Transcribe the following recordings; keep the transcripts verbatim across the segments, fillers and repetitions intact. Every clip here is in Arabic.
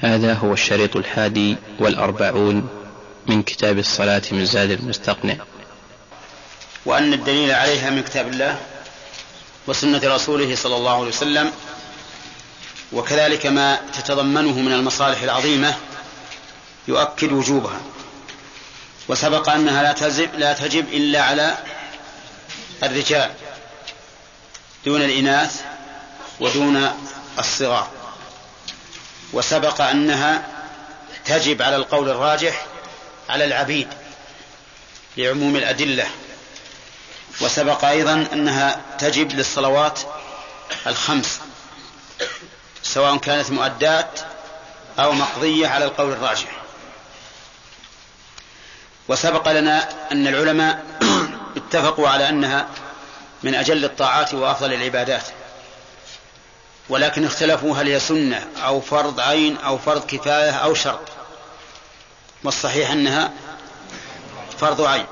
هذا هو الشريط الحادي والأربعون من كتاب الصلاة من زاد المستقنع. وأن الدليل عليها من كتاب الله وسنة رسوله صلى الله عليه وسلم، وكذلك ما تتضمنه من المصالح العظيمة يؤكد وجوبها. وسبق أنها لا تجب, لا تجب إلا على الرجال دون الإناث ودون الصغار، وسبق أنها تجب على القول الراجح على العبيد لعموم الأدلة، وسبق أيضا أنها تجب للصلوات الخمس سواء كانت مؤدات أو مقضية على القول الراجح. وسبق لنا أن العلماء اتفقوا على أنها من أجل الطاعات وأفضل العبادات، ولكن اختلفوا هل هي سنة أو فرض عين أو فرض كفاية أو شرط، والصحيح أنها فرض عين.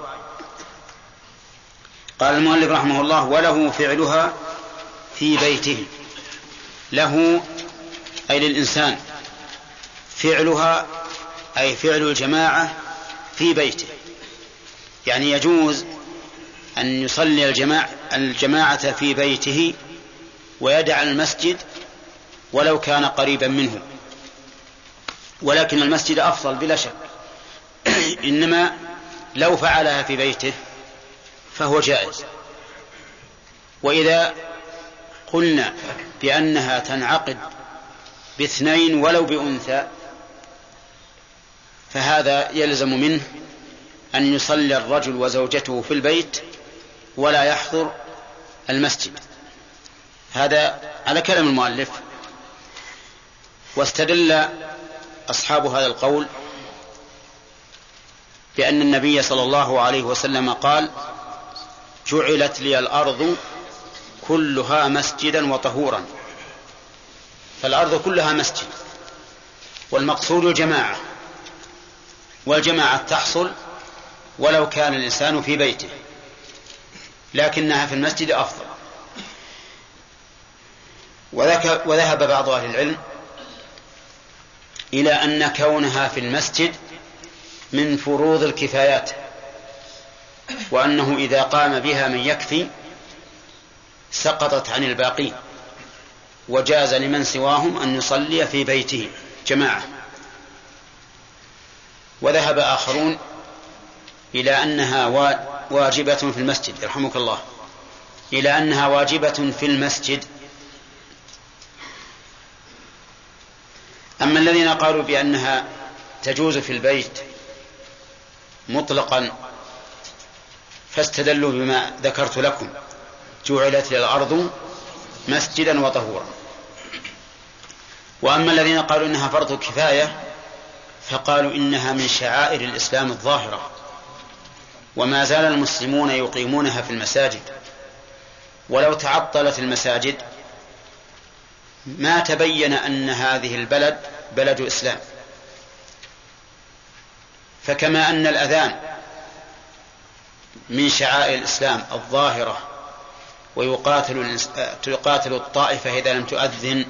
قال المؤلف رحمه الله: وله فعلها في بيته. له أي للإنسان فعلها أي فعل الجماعة في بيته، يعني يجوز أن يصلي الجماعة, الجماعة في بيته ويدع المسجد ولو كان قريبا منه، ولكن المسجد أفضل بلا شك. إنما لو فعلها في بيته فهو جائز. وإذا قلنا بأنها تنعقد باثنين ولو بأنثى فهذا يلزم منه أن يصلي الرجل وزوجته في البيت ولا يحضر المسجد. هذا على كلام المؤلف. واستدل أصحاب هذا القول بأن النبي صلى الله عليه وسلم قال: جعلت لي الأرض كلها مسجدا وطهورا. فالأرض كلها مسجد، والمقصود الجماعة، والجماعة تحصل ولو كان الإنسان في بيته، لكنها في المسجد أفضل. وذهب بعض أهل العلم إلى أن كونها في المسجد من فروض الكفايات، وأنه إذا قام بها من يكفي سقطت عن الباقين، وجاز لمن سواهم أن يصلي في بيته جماعة. وذهب آخرون إلى أنها واجبة في المسجد، يرحمك الله، إلى أنها واجبة في المسجد. أما الذين قالوا بأنها تجوز في البيت مطلقا فاستدلوا بما ذكرت لكم: جعلت للأرض مسجدا وطهورا. وأما الذين قالوا إنها فرض كفاية فقالوا إنها من شعائر الإسلام الظاهرة، وما زال المسلمون يقيمونها في المساجد، ولو تعطلت المساجد ما تبين أن هذه البلد بلد إسلام. فكما أن الأذان من شعائر الإسلام الظاهرة ويقاتل تقاتل الطائفة إذا لم تؤذن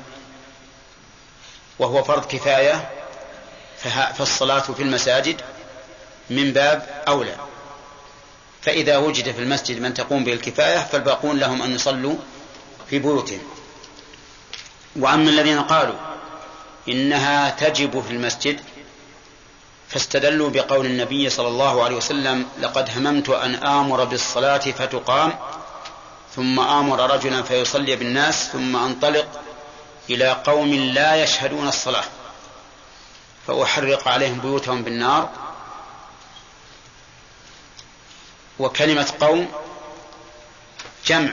وهو فرض كفاية، فالصلاة في المساجد من باب أولى. فإذا وجد في المسجد من تقوم به الكفاية فالباقون لهم أن يصلوا في بيوتهم. وأما الذين قالوا إنها تجب في المسجد فاستدلوا بقول النبي صلى الله عليه وسلم: لقد هممت أن آمر بالصلاة فتقام ثم آمر رجلا فيصلي بالناس ثم أنطلق إلى قوم لا يشهدون الصلاة فأحرق عليهم بيوتهم بالنار. وكلمة قوم جمع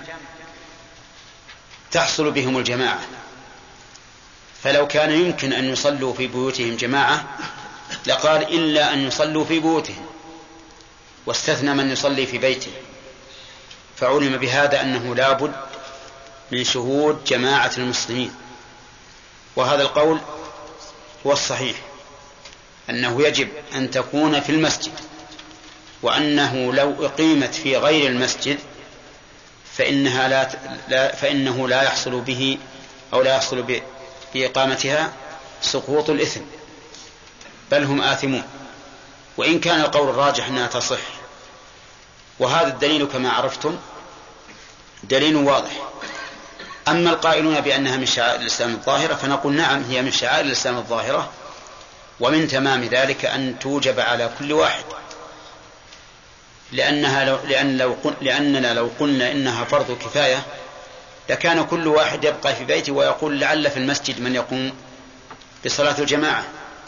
تحصل بهم الجماعة، فلو كان يمكن أن يصلوا في بيوتهم جماعة لقال إلا أن يصلوا في بيوتهم، واستثنى من يصلي في بيته. فعلم بهذا أنه لابد من شهود جماعة المسلمين. وهذا القول هو الصحيح، أنه يجب أن تكون في المسجد، وأنه لو أقيمت في غير المسجد فإنها لا لا فإنه لا يحصل به أو لا يحصل بإقامتها سقوط الإثم، بل هم آثمون، وإن كان القول الراجح أنها تصح. وهذا الدليل كما عرفتم دليل واضح. أما القائلون بأنها من شعائر الإسلام الظاهرة فنقول نعم، هي من شعائر الإسلام الظاهرة، ومن تمام ذلك أن توجب على كل واحد، لأنها لو لأن لو قل لأننا لو قلنا إنها فرض كفاية لكان كل واحد يبقى في بيته ويقول لعل في المسجد من يقوم بصلاة الجماعة.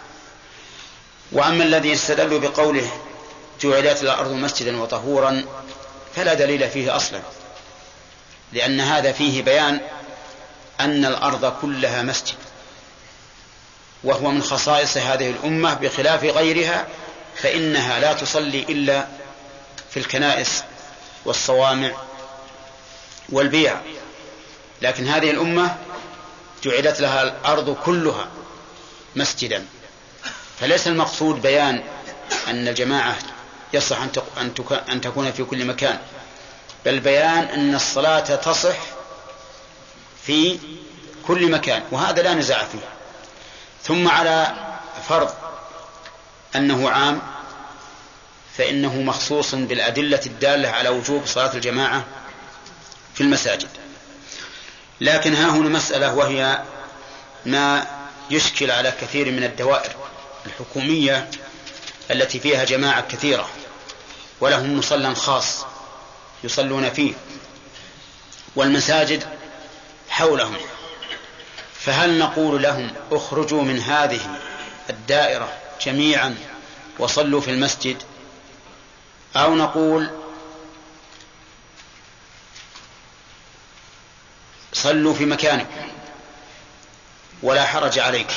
وأما الذي استدل بقوله جعلت الأرض مسجدا وطهورا فلا دليل فيه أصلا، لأن هذا فيه بيان أن الأرض كلها مسجد، وهو من خصائص هذه الأمة بخلاف غيرها، فإنها لا تصلي إلا في الكنائس والصوامع والبيع، لكن هذه الأمة جعلت لها الأرض كلها مسجدا. فليس المقصود بيان أن الجماعة يصح أن تكون في كل مكان، بل بيان أن الصلاة تصح في كل مكان، وهذا لا نزاع فيه. ثم على فرض أنه عام فإنه مخصوص بالأدلة الدالة على وجوب صلاة الجماعة في المساجد. لكن ها هنا مسألة، وهي ما يشكل على كثير من الدوائر الحكومية التي فيها جماعة كثيرة ولهم مصلى خاص يصلون فيه والمساجد حولهم، فهل نقول لهم اخرجوا من هذه الدائرة جميعا وصلوا في المسجد، أو نقول صلوا في مكانكم ولا حرج عليكم؟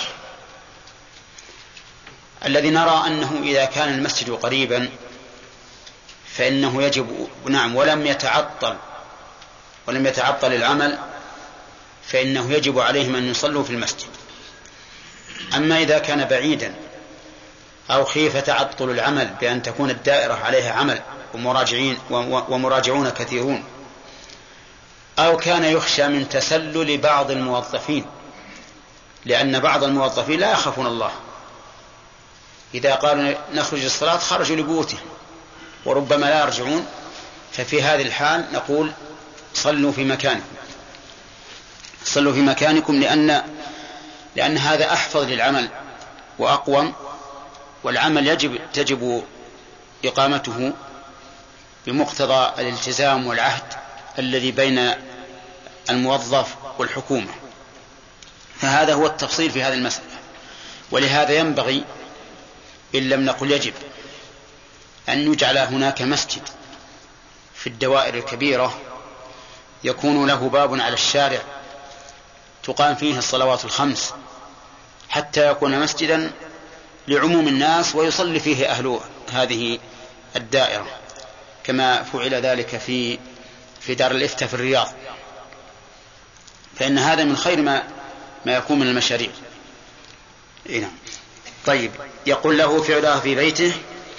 الذي نرى أنه إذا كان المسجد قريبا فإنه يجب، نعم، ولم يتعطل ولم يتعطل العمل فإنه يجب عليهم أن يصلوا في المسجد. أما إذا كان بعيدا أو خيف تعطل العمل بأن تكون الدائرة عليها عمل ومراجعين ومراجعون كثيرون، أو كان يخشى من تسلل بعض الموظفين، لأن بعض الموظفين لا يخافون الله، إذا قالوا نخرج الصلاة خرجوا لبيوتهم وربما لا يرجعون، ففي هذه الحال نقول صلوا في مكانكم صلوا في مكانكم لأن لأن هذا أحفظ للعمل وأقوم، والعمل يجب تجب إقامته بمقتضى الالتزام والعهد الذي بين الموظف والحكومة. فهذا هو التفصيل في هذه المسألة. ولهذا ينبغي إن لم نقل يجب أن يجعل هناك مسجد في الدوائر الكبيرة يكون له باب على الشارع تقام فيه الصلوات الخمس، حتى يكون مسجدا لعموم الناس ويصلي فيه أهل هذه الدائرة، كما فعل ذلك في في دار الإفتاء في الرياض، فإن هذا من خير ما ما يكون من المشاريع. إيه. طيب، يقول له فعلها في بيته.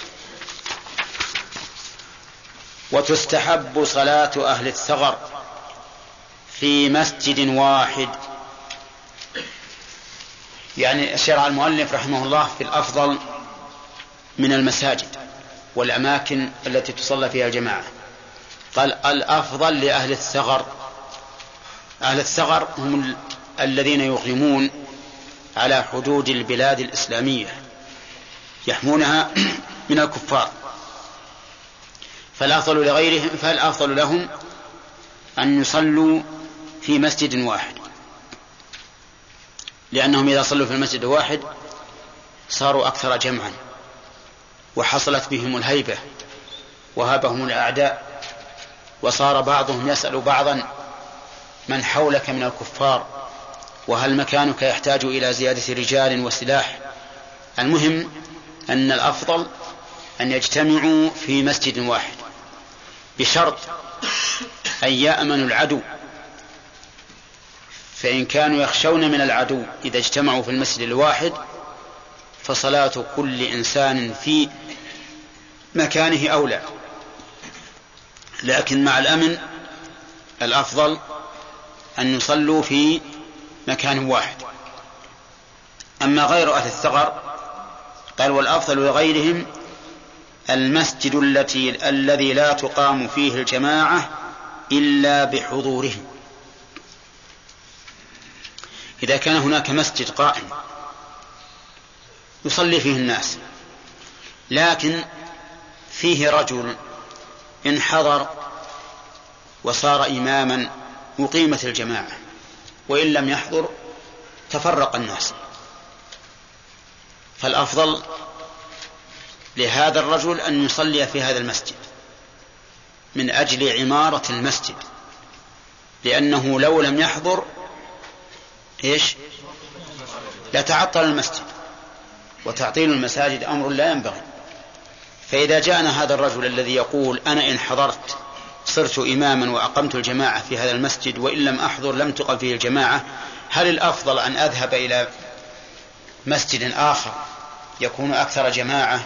وتستحب صلاة أهل الثغر في مسجد واحد، يعني شرع المؤلف رحمه الله في الأفضل من المساجد والأماكن التي تصلى فيها الجماعة، قال الأفضل لأهل الثغر. أهل الثغر هم الذين يقيمون على حدود البلاد الإسلامية يحمونها من الكفار، فالأفضل لغيرهم فالأفضل لهم أن يصلوا في مسجد واحد، لأنهم إذا صلوا في المسجد الواحد صاروا أكثر جمعا وحصلت بهم الهيبة وهابهم الأعداء، وصار بعضهم يسأل بعضا من حولك من الكفار وهل مكانك يحتاج إلى زيادة رجال وسلاح. المهم أن الأفضل أن يجتمعوا في مسجد واحد، بشرط أن يأمنوا العدو، فإن كانوا يخشون من العدو إذا اجتمعوا في المسجد الواحد فصلاة كل إنسان في مكانه أولى، لكن مع الأمن الأفضل أن يصلوا في مكان واحد. أما غير أهل الثغر قال والأفضل لغيرهم المسجد التي الذي لا تقام فيه الجماعة إلا بحضورهم. إذا كان هناك مسجد قائم يصلي فيه الناس لكن فيه رجل إن حضر وصار إماما أقيمت الجماعة، وإن لم يحضر تفرق الناس، فالأفضل لهذا الرجل أن يصلي في هذا المسجد من أجل عمارة المسجد، لأنه لو لم يحضر إيش لتعطل المسجد، وتعطيل المساجد أمر لا ينبغي. فإذا جاءنا هذا الرجل الذي يقول أنا إن حضرت صرت إماما وأقمت الجماعة في هذا المسجد وإن لم أحضر لم تقم فيه الجماعة، هل الأفضل أن أذهب إلى مسجد آخر يكون أكثر جماعة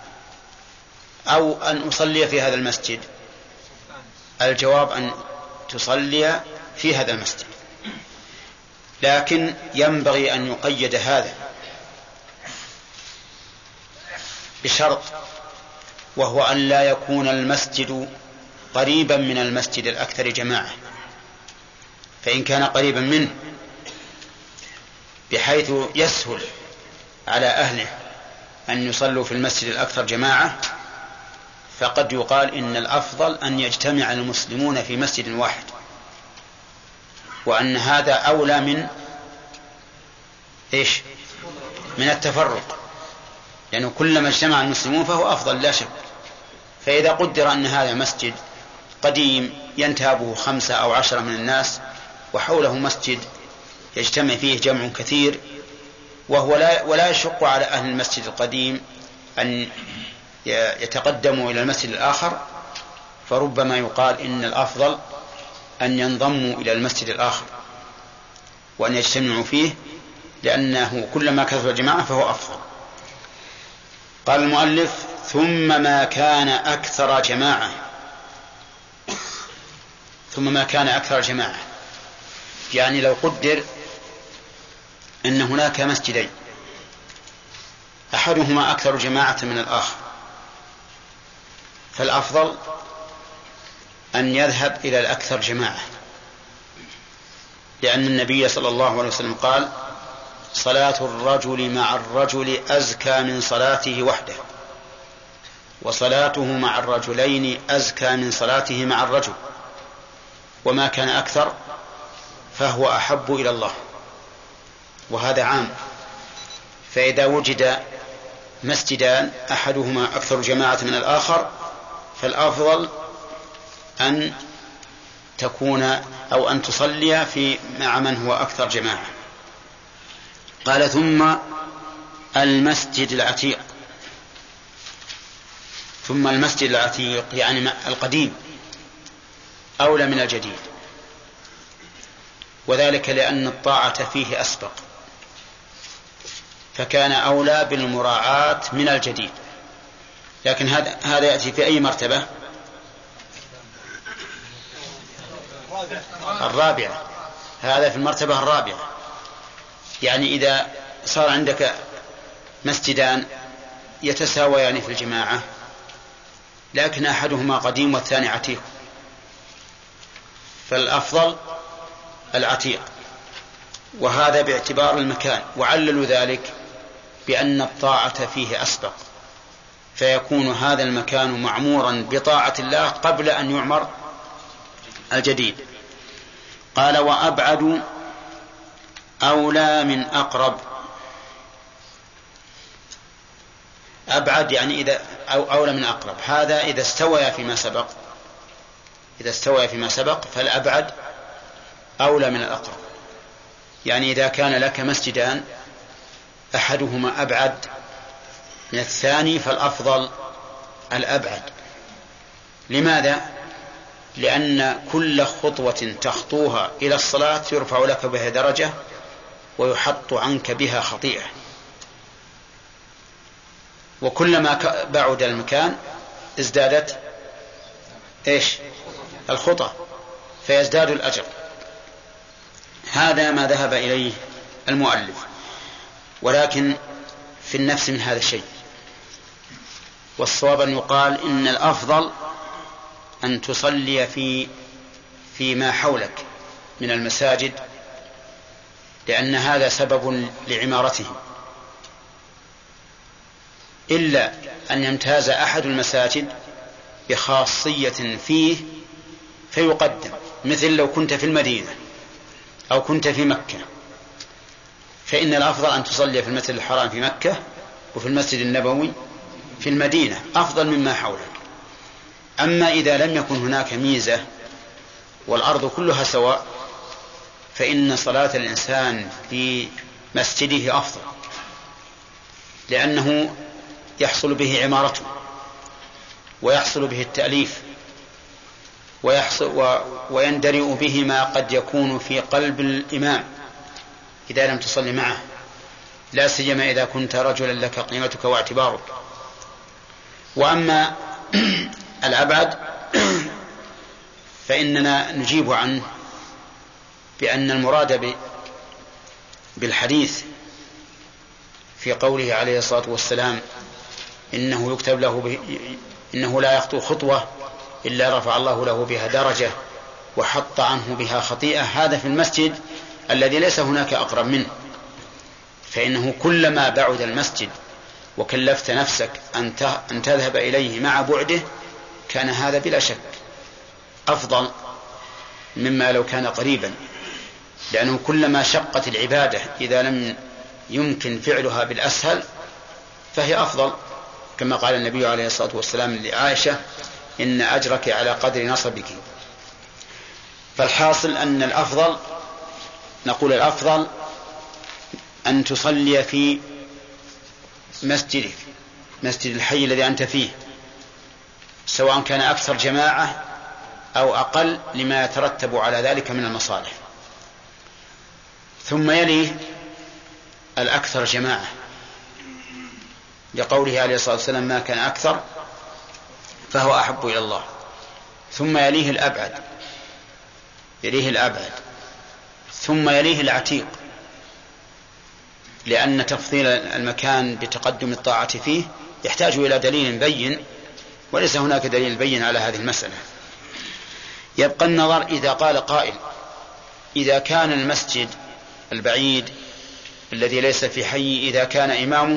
أو أن أصلي في هذا المسجد؟ الجواب أن تصلي في هذا المسجد، لكن ينبغي أن يقيد هذا بشرط، وهو أن لا يكون المسجد قريبا من المسجد الأكثر جماعة. فإن كان قريبا منه بحيث يسهل على أهله أن يصلوا في المسجد الأكثر جماعة فقد يقال إن الأفضل أن يجتمع المسلمون في مسجد واحد، وأن هذا أولى من إيش من التفرق، لأنه يعني كلما اجتمع المسلمون فهو أفضل لا شك. فإذا قدر أن هذا مسجد قديم ينتابه خمسة أو عشرة من الناس وحوله مسجد يجتمع فيه جمع كثير وهو لا ولا يشق على أهل المسجد القديم أن يتقدموا إلى المسجد الآخر، فربما يقال إن الأفضل أن ينضموا إلى المسجد الآخر وأن يجتمعوا فيه، لأنه كلما كثر الجماعة فهو أفضل. قال المؤلف ثم ما كان أكثر جماعة ثم ما كان أكثر جماعة يعني لو قدر أن هناك مسجدين أحدهما أكثر جماعة من الآخر، فالأفضل أن يذهب إلى الأكثر جماعة، لأن النبي صلى الله عليه وسلم قال صلاة الرجل مع الرجل أزكى من صلاته وحده، وصلاته مع الرجلين أزكى من صلاته مع الرجل، وما كان أكثر فهو أحب إلى الله. وهذا عام، فإذا وجد مسجدان أحدهما أكثر جماعة من الآخر فالأفضل أن تكون أو أن تصلي في مع من هو أكثر جماعة. قال ثم المسجد العتيق ثم المسجد العتيق يعني القديم أولى من الجديد، وذلك لأن الطاعة فيه أسبق، فكان أولى بالمراعاة من الجديد. لكن هذا هذا يأتي في أي مرتبة؟ الرابعة. هذا في المرتبة الرابعة، يعني إذا صار عندك مسجدان يتساويان في الجماعة لكن أحدهما قديم والثاني عتيق، فالأفضل العتيق، وهذا باعتبار المكان. وعللوا ذلك بأن الطاعة فيه أسبق، فيكون هذا المكان معمورا بطاعة الله قبل أن يعمر الجديد. قال وأبعد أولى من أقرب. أبعد يعني إذا أو أولى من أقرب، هذا إذا استوى فيما سبق إذا استوى فيما سبق فالأبعد أولى من الأقرب. يعني إذا كان لك مسجدان أحدهما أبعد من الثاني فالأفضل الأبعد. لماذا؟ لأن كل خطوة تخطوها إلى الصلاة يرفع لك بها درجة ويحط عنك بها خطيئة، وكلما بعد المكان ازدادت إيش الخطى فيزداد الأجر. هذا ما ذهب إليه المؤلف. ولكن في النفس من هذا الشيء. والصواب أن يقال إن الأفضل أن تصلي في فيما حولك من المساجد، لأن هذا سبب لعمارتهم، إلا أن يمتاز أحد المساجد بخاصية فيه فيقدم، مثل لو كنت في المدينة أو كنت في مكة، فإن الأفضل أن تصلي في المسجد الحرام في مكة وفي المسجد النبوي في المدينة أفضل مما حولك. أما إذا لم يكن هناك ميزة والأرض كلها سواء، فإن صلاة الإنسان في مسجده أفضل، لأنه يحصل به عمارته ويحصل به التأليف ويحصل ويندرئ به ما قد يكون في قلب الإمام إذا لم تصلي معه، لا سيما إذا كنت رجلا لك قيمتك واعتبارك. وأما الأبعد فإننا نجيب عنه بأن المراد بالحديث في قوله عليه الصلاة والسلام إنه يكتب له به إنه لا يخطو خطوة إلا رفع الله له بها درجة وحط عنه بها خطيئة، هذا في المسجد الذي ليس هناك أقرب منه، فإنه كلما بعد المسجد وكلفت نفسك أن تذهب إليه مع بعده كان هذا بلا شك أفضل مما لو كان قريبا، لأنه كلما شقت العبادة إذا لم يمكن فعلها بالأسهل فهي أفضل، كما قال النبي عليه الصلاة والسلام لعائشة إن أجرك على قدر نصبك. فالحاصل أن الأفضل نقول الأفضل أن تصلي في مسجدك، مسجد الحي الذي أنت فيه، سواء كان أكثر جماعة أو أقل لما يترتب على ذلك من المصالح. ثم يليه الأكثر جماعة لقوله عليه الصلاة والسلام ما كان أكثر فهو أحب إلى الله. ثم يليه الأبعد يليه الأبعد ثم يليه العتيق، لأن تفضيل المكان بتقدم الطاعة فيه يحتاج إلى دليل بين، وليس هناك دليل بين على هذه المسألة. يبقى النظر إذا قال قائل إذا كان المسجد البعيد الذي ليس في حي إذا كان إمامه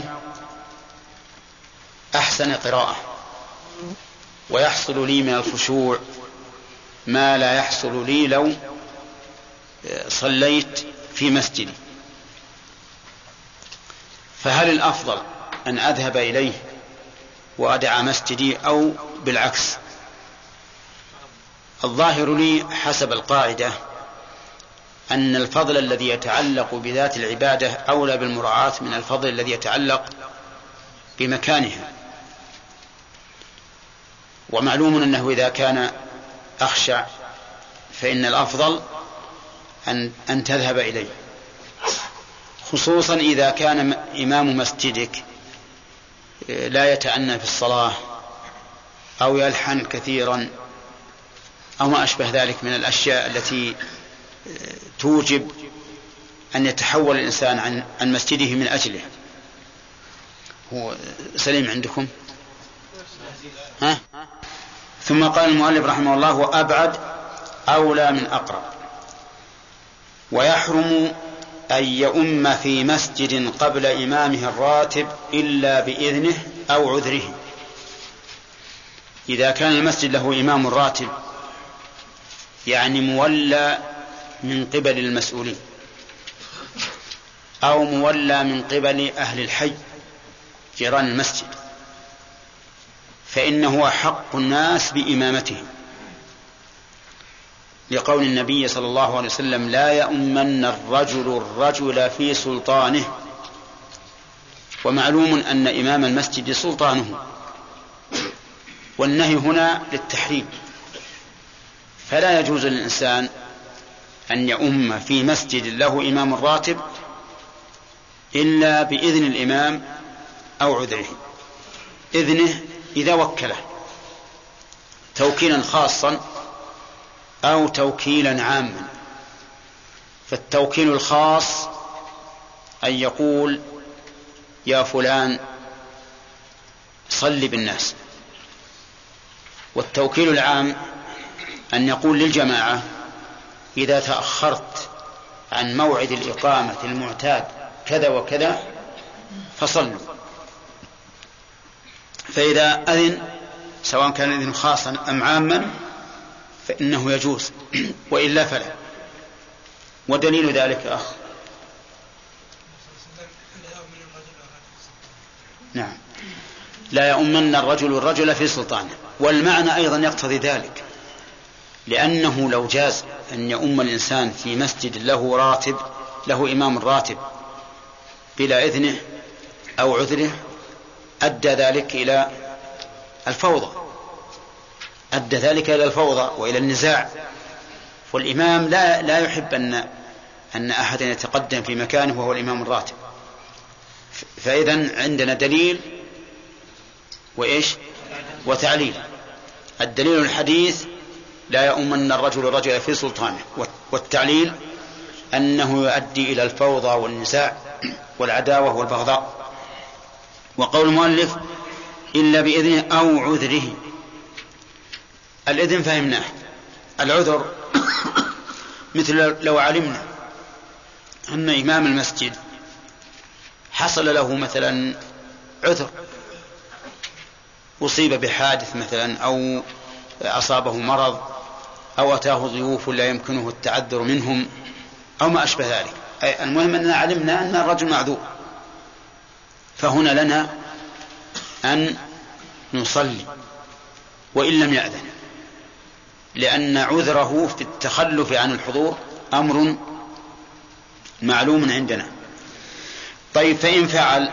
أحسن قراءة ويحصل لي من الخشوع ما لا يحصل لي لو صليت في مسجدي، فهل الأفضل أن أذهب إليه وأدع مسجدي أو بالعكس؟ الظاهر لي حسب القاعدة أن الفضل الذي يتعلق بذات العبادة أولى بالمراعاة من الفضل الذي يتعلق بمكانها. ومعلوم أنه إذا كان أخشع فإن الأفضل أن, أن تذهب إليه، خصوصا إذا كان إمام مسجدك لا يتأنى في الصلاة أو يلحن كثيرا أو ما أشبه ذلك من الأشياء التي توجب أن يتحول الإنسان عن, عن مسجده من أجله. هو سليم عندكم؟ ها؟ ثم قال المؤلف رحمه الله وأبعد أولى من أقرب. ويحرم أن يؤم في مسجد قبل إمامه الراتب إلا بإذنه أو عذره. إذا كان المسجد له إمام راتب يعني مولى من قبل المسؤولين أو مولى من قبل أهل الحي جيران المسجد، فإنه حق الناس بإمامتهم، لقول النبي صلى الله عليه وسلم لا يؤمن الرجل الرجل في سلطانه. ومعلوم أن إمام المسجد سلطانه، والنهي هنا للتحريم، فلا يجوز للإنسان أن يؤم في مسجد له إمام راتب إلا بإذن الإمام أو عذره. إذنه إذا وكله توكيلا خاصا أو توكيلا عاما. فالتوكيل الخاص أن يقول يا فلان صل بالناس. والتوكيل العام أن يقول للجماعة إذا تأخرت عن موعد الإقامة المعتاد كذا وكذا فصلوا. فإذا أذن سواء كان الإذن خاصا أم عاما فإنه يجوز، وإلا فلا. ودليل ذلك أخ نعم لا يؤمن الرجل الرجل في سلطانه، والمعنى أيضا يقتضي ذلك، لأنه لو جاز أن يؤم الإنسان في مسجد له راتب له إمام راتب بلا إذنه أو عذره أدى ذلك إلى الفوضى أدى ذلك إلى الفوضى وإلى النزاع. والإمام لا لا يحب أن أن أحد يتقدم في مكانه وهو الإمام الراتب. فإذا عندنا دليل وإيش وتعليل. الدليل الحديث لا يؤمن الرجل الرجل في سلطانه، والتعليل أنه يؤدي إلى الفوضى والنزاع والعداوة والبغضاء. وقول المؤلف إلا بإذنه أو عذره، الإذن فهمناه، العذر مثل لو علمنا أن إمام المسجد حصل له مثلا عذر، أصيب بحادث مثلا أو أصابه مرض أو أتاه ضيوف لا يمكنه التعذر منهم أو ما أشبه ذلك، المهم أننا علمنا أن الرجل معذور، فهنا لنا أن نصلي وإن لم يأذن، لأن عذره في التخلف عن الحضور أمر معلوم عندنا. طيب فإن فعل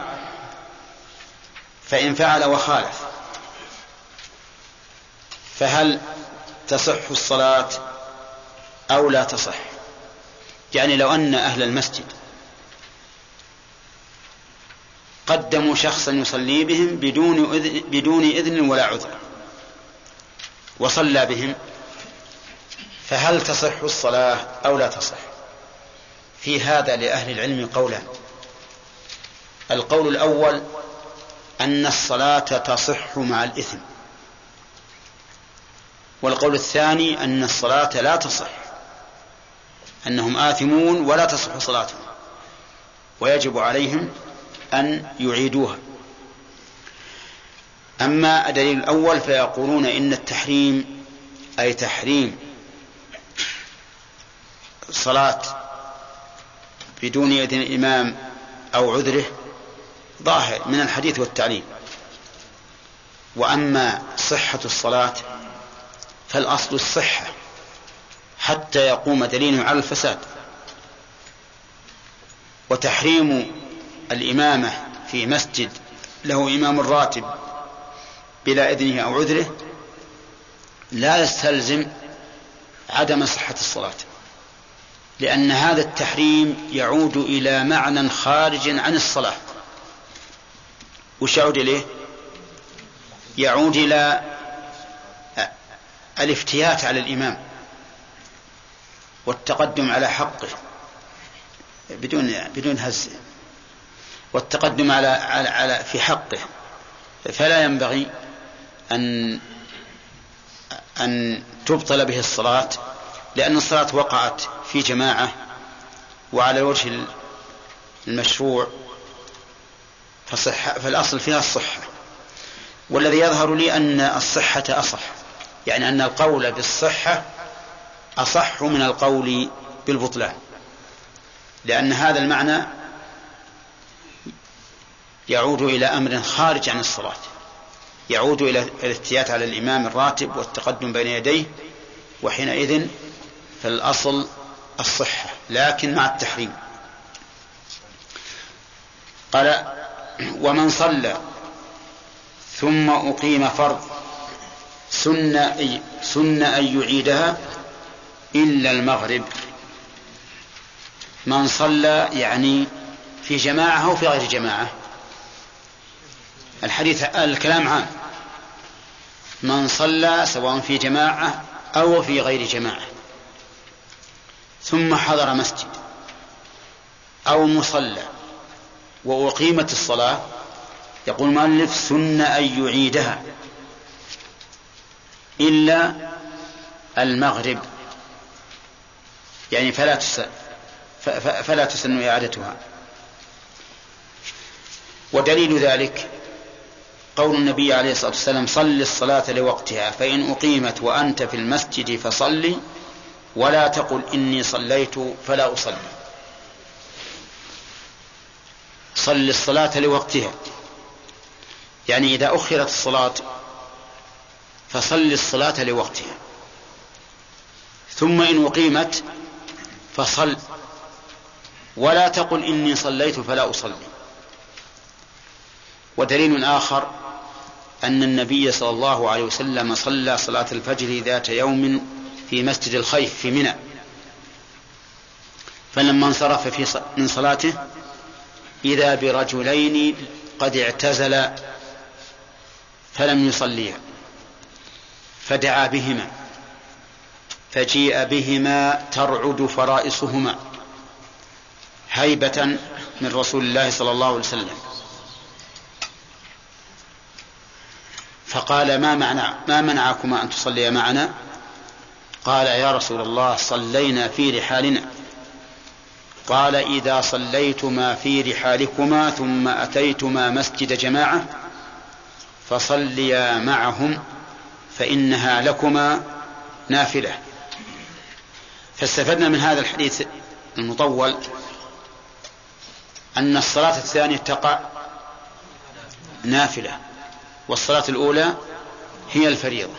فإن فعل وخالف فهل تصح الصلاة أو لا تصح؟ يعني لو أن أهل المسجد قدموا شخصا يصلي بهم بدون إذن, بدون إذن ولا عذر وصلى بهم، فهل تصح الصلاة أو لا تصح؟ في هذا لأهل العلم قولان. القول الأول أن الصلاة تصح مع الإثم، والقول الثاني أن الصلاة لا تصح، أنهم آثمون ولا تصح صلاتهم ويجب عليهم أن يعيدوها. أما الدليل الأول فيقولون إن التحريم أي تحريم صلاة بدون إذن الإمام أو عذره ظاهر من الحديث والتعليم. وأما صحة الصلاة فالأصل الصحة حتى يقوم دليل على الفساد. وتحريم الإمامة في مسجد له إمام راتب بلا إذنه أو عذره لا يستلزم عدم صحة الصلاة، لأن هذا التحريم يعود إلى معنى خارج عن الصلاة. وش يعود إليه؟ يعود إلى الافتيات على الإمام والتقدم على حقه بدون بدون هزه، والتقدم على على, على في حقه. فلا ينبغي أن أن تبطل به الصلاة، لأن الصلاة وقعت في جماعة وعلى الوجه المشروع، فصح فالأصل فيها الصحة. والذي يظهر لي أن الصحة أصح، يعني أن القول بالصحة أصح من القول بالبطلان، لأن هذا المعنى يعود إلى أمر خارج عن الصلاة، يعود إلى الافتيات على الإمام الراتب والتقدم بين يديه، وحينئذ فالأصل الصحة لكن مع التحريم. قال ومن صلى ثم أقيم فرض سن أي, سن أن يعيدها إلا المغرب. من صلى يعني في جماعة أو في غير جماعة، الحديث الكلام عام، من صلى سواء في جماعة أو في غير جماعة ثم حضر مسجد أو مصلى وأقيمت الصلاة يقول المؤلف سن أن يعيدها إلا المغرب، يعني فلا تسن, فلا تسن إعادتها. ودليل ذلك قول النبي عليه الصلاة والسلام صل الصلاة لوقتها فإن أقيمت وأنت في المسجد فصلي ولا تقل إني صليت فلا أصلي. صل الصلاة لوقتها يعني إذا أخرت الصلاة فصل الصلاة لوقتها، ثم إن أقيمت فصل ولا تقل إني صليت فلا أصلي. ودليل آخر أن النبي صلى الله عليه وسلم صلى صلاة الفجر ذات يوم في مسجد الخيف في منى، فلما انصرف في من صلاته إذا برجلين قد اعتزلا فلم يصليا، فدعا بهما فجيء بهما ترعد فرائصهما هيبة من رسول الله صلى الله عليه وسلم، فقال ما منع ما منعكما أن تصليا معنا؟ قال يا رسول الله صلينا في رحالنا. قال إذا صليتما في رحالكما ثم أتيتما مسجد جماعة فصليا معهم فإنها لكما نافلة. فاستفدنا من هذا الحديث المطول أن الصلاة الثانية تقع نافلة والصلاة الأولى هي الفريضة.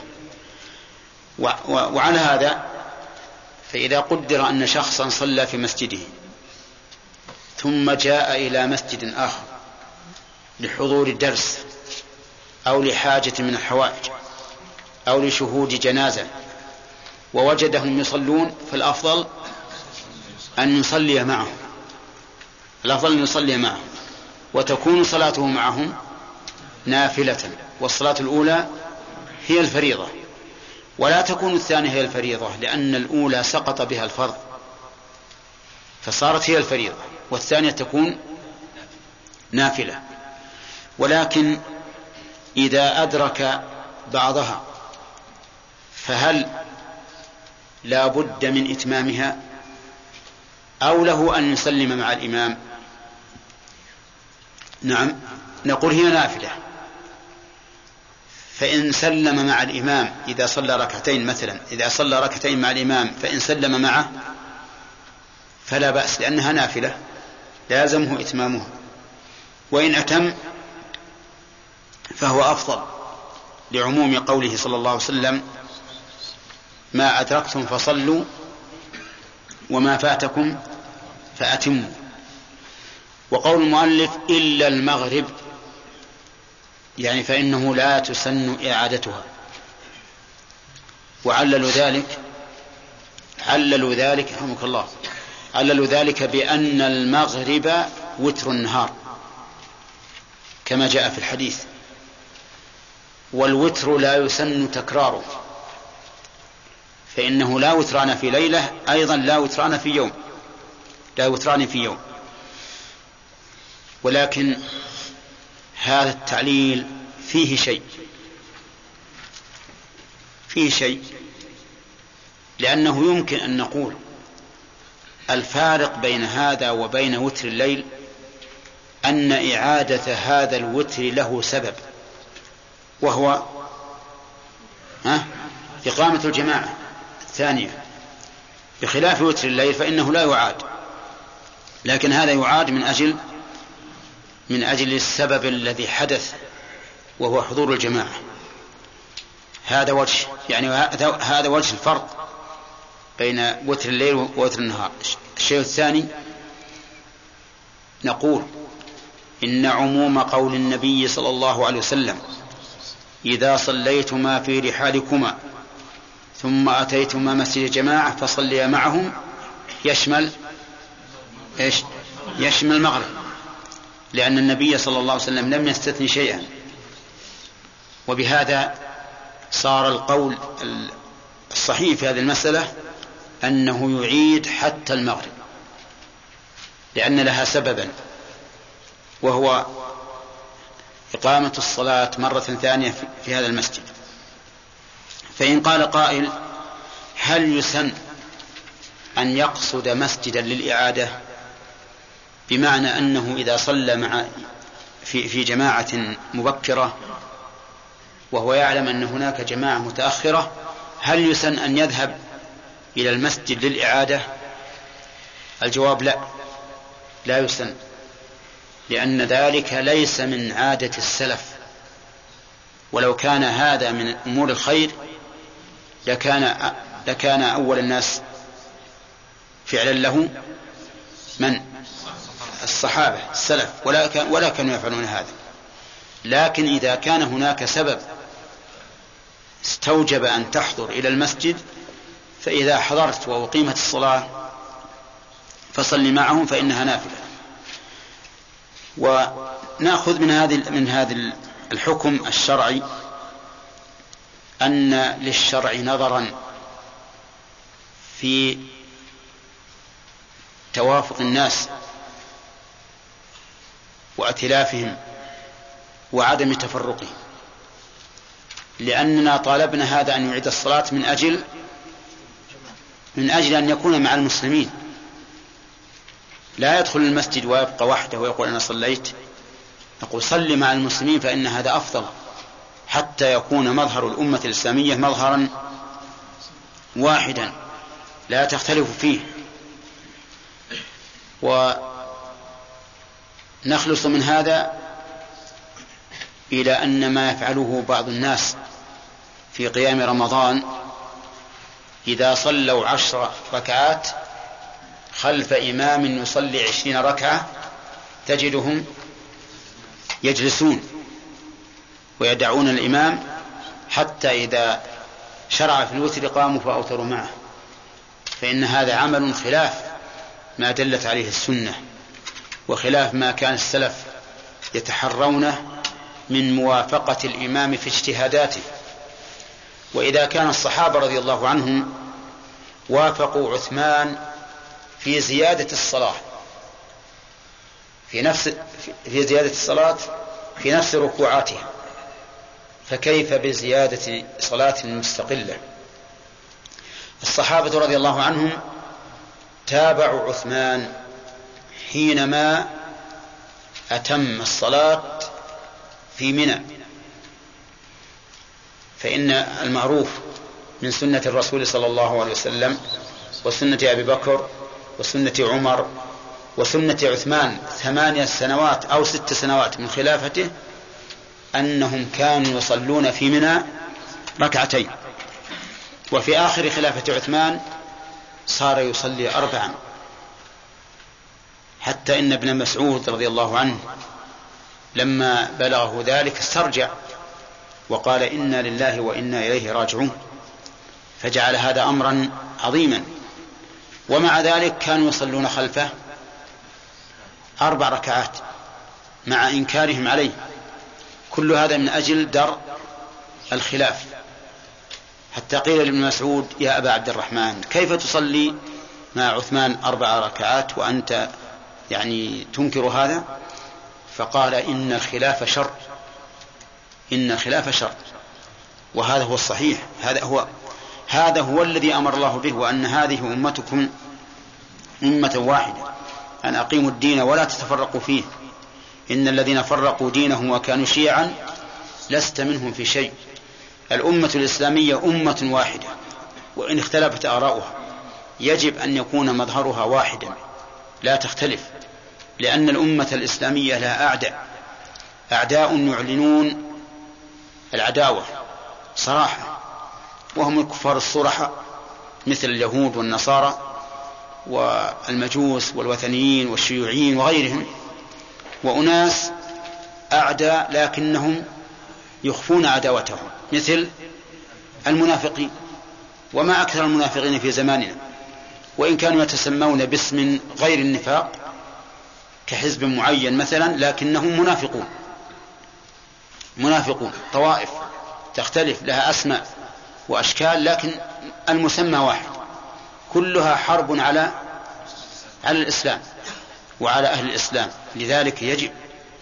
وعلى هذا فإذا قدر أن شخصا صلى في مسجده ثم جاء إلى مسجد آخر لحضور الدرس أو لحاجة من الحوائج أو لشهود جنازة ووجدهم يصلون، فالأفضل أن يصلي معهم الأفضل أن يصلي معهم وتكون صلاته معهم نافلة، والصلاة الأولى هي الفريضة، ولا تكون الثانية هي الفريضة لأن الأولى سقط بها الفرض فصارت هي الفريضة، والثانية تكون نافلة. ولكن إذا أدرك بعضها فهل لا بد من إتمامها أو له أن يسلم مع الإمام؟ نعم، نقول هي نافلة، فإن سلم مع الإمام إذا صلى ركعتين مثلا إذا صلى ركعتين مع الإمام فإن سلم معه فلا بأس لأنها نافلة لازمه إتمامها، وإن أتم فهو أفضل لعموم قوله صلى الله عليه وسلم ما أدركتم فصلوا وما فاتكم فأتموا. وقول المؤلف إلا المغرب يعني فإنه لا تسن إعادتها، وعللوا ذلك عللوا ذلك رحمك الله عللوا ذلك بأن المغرب وتر النهار كما جاء في الحديث، والوتر لا يسن تكراره، فإنه لا وتران في ليلة أيضا لا وتران في يوم لا وتران في يوم ولكن هذا التعليل فيه شيء فيه شيء لأنه يمكن أن نقول الفارق بين هذا وبين وتر الليل أن إعادة هذا الوتر له سبب، وهو ها إقامة الجماعة الثانية، بخلاف وتر الليل فإنه لا يعاد، لكن هذا يعاد من أجل من أجل السبب الذي حدث وهو حضور الجماعة. هذا وجه يعني هذا وجه الفرق بين وتر الليل ووتر النهار. الشيء الثاني نقول إن عموم قول النبي صلى الله عليه وسلم إذا صليتما في رحالكما ثم أتيتما مسجد جماعة فصليا معهم يشمل إيش؟ يشمل المغرب، لأن النبي صلى الله عليه وسلم لم يستثني شيئا، وبهذا صار القول الصحيح في هذه المسألة أنه يعيد حتى المغرب، لأن لها سببا وهو إقامة الصلاة مرة ثانية في هذا المسجد. فإن قال قائل: هل يسن أن يقصد مسجدا للإعادة، بمعنى أنه إذا صلى مع في, في جماعة مبكرة وهو يعلم أن هناك جماعة متأخرة، هل يسن أن يذهب إلى المسجد للإعادة؟ الجواب: لا، لا يسن، لأن ذلك ليس من عادة السلف، ولو كان هذا من أمور الخير لكان, لكان أول الناس فعلا له من؟ الصحابة السلف، ولا, ولا كانوا يفعلون هذا. لكن إذا كان هناك سبب استوجب أن تحضر إلى المسجد، فإذا حضرت وأقيمت الصلاة فصل معهم فإنها نافلة. ونأخذ من هذه من هذا الحكم الشرعي أن للشرع نظرا في توافق الناس وائتلافهم وعدم تفرقهم، لأننا طالبنا هذا أن يعيد الصلاة من أجل من أجل أن يكون مع المسلمين، لا يدخل المسجد ويبقى وحده ويقول أنا صليت. نقول صل مع المسلمين، فإن هذا أفضل، حتى يكون مظهر الأمة الإسلامية مظهرا واحدا لا تختلف فيه. ونخلص من هذا إلى أن ما يفعله بعض الناس في قيام رمضان، إذا صلوا عشر ركعات خلف إمام يصلي عشرين ركعة تجدهم يجلسون ويدعون الإمام حتى إذا شرع في الوتر قاموا فأوتروا معه، فإن هذا عمل خلاف ما دلت عليه السنة، وخلاف ما كان السلف يتحرونه من موافقة الإمام في اجتهاداته. وإذا كان الصحابة رضي الله عنهم وافقوا عثمان في زيادة الصلاة في نفس في زيادة الصلاة في نفس ركوعاتها، فكيف بزيادة صلاة مستقلة؟ الصحابة رضي الله عنهم تابعوا عثمان حينما أتم الصلاة في منى، فإن المعروف من سنة الرسول صلى الله عليه وسلم وسنة أبي بكر وسنة عمر وسنة عثمان ثمانية سنوات أو ست سنوات من خلافته أنهم كانوا يصلون في منى ركعتين، وفي آخر خلافة عثمان صار يصلي أربعا، حتى إن ابن مسعود رضي الله عنه لما بلغه ذلك استرجع وقال إنا لله وإنا إليه راجعون، فجعل هذا أمرا عظيما. ومع ذلك كانوا يصلون خلفه أربع ركعات مع إنكارهم عليه. كل هذا من أجل درء الخلاف، حتى قيل لابن مسعود يا أبا عبد الرحمن كيف تصلي مع عثمان أربع ركعات وأنت يعني تنكر هذا؟ فقال إن الخلاف شر، إن الخلاف شر، وهذا هو الصحيح، هذا هو هذا هو الذي أمر الله به، وأن هذه أمتكم أمة واحدة أن أقيموا الدين ولا تتفرقوا فيه، إن الذين فرقوا دينهم وكانوا شيعا لست منهم في شيء. الأمة الإسلامية أمة واحدة، وإن اختلفت آراؤها يجب أن يكون مظهرها واحدا لا تختلف، لأن الأمة الإسلامية لها أعداء أعداء يعلنون العداوة صراحة، وهم الكفار الصرحة مثل اليهود والنصارى والمجوس والوثنيين والشيوعيين وغيرهم، وأناس أعداء لكنهم يخفون عداوتهم مثل المنافقين، وما أكثر المنافقين في زماننا، وإن كانوا يتسمون باسم غير النفاق كحزب معين مثلا، لكنهم منافقون منافقون طوائف تختلف لها أسماء وأشكال، لكن المسمى واحد، كلها حرب على على الإسلام وعلى أهل الإسلام. لذلك يجب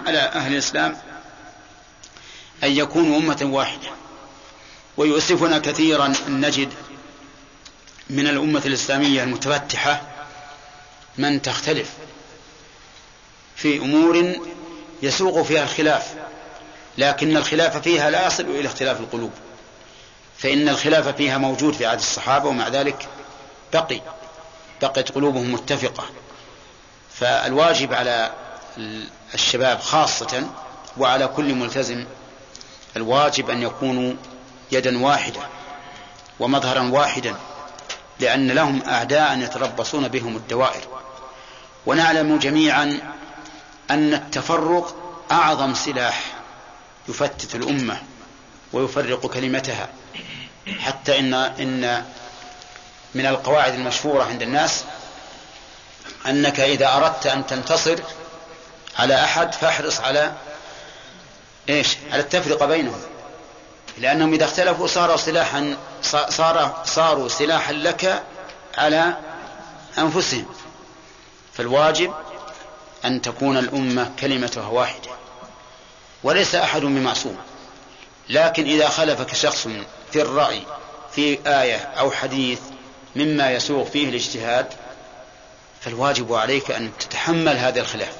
على أهل الإسلام أن يكونوا أمة واحدة. ويؤسفنا كثيرا أن نجد من الأمة الإسلامية المتفتحة من تختلف في أمور يسوغ فيها الخلاف، لكن الخلاف فيها لا يصل إلى اختلاف القلوب، فإن الخلاف فيها موجود في عهد الصحابة ومع ذلك بقي بقت قلوبهم متفقة. فالواجب على الشباب خاصة وعلى كل ملتزم الواجب أن يكونوا يدا واحدة ومظهرا واحدا، لأن لهم أعداء يتربصون بهم الدوائر. ونعلم جميعا أن التفرق أعظم سلاح يفتت الأمة ويفرق كلمتها، حتى إن, إن من القواعد المشهورة عند الناس أنك إذا أردت أن تنتصر على أحد فاحرص على إيش؟ على التفرقة بينهم، لأنهم إذا اختلفوا صاروا سلاحا صار صاروا سلاحا لك على أنفسهم. فالواجب أن تكون الأمة كلمتها واحدة، وليس أحد بمعصوم. لكن إذا خالفك شخص في الرأي في آية أو حديث مما يسوغ فيه الاجتهاد فالواجب عليك أن تتحمل هذا الخلاف.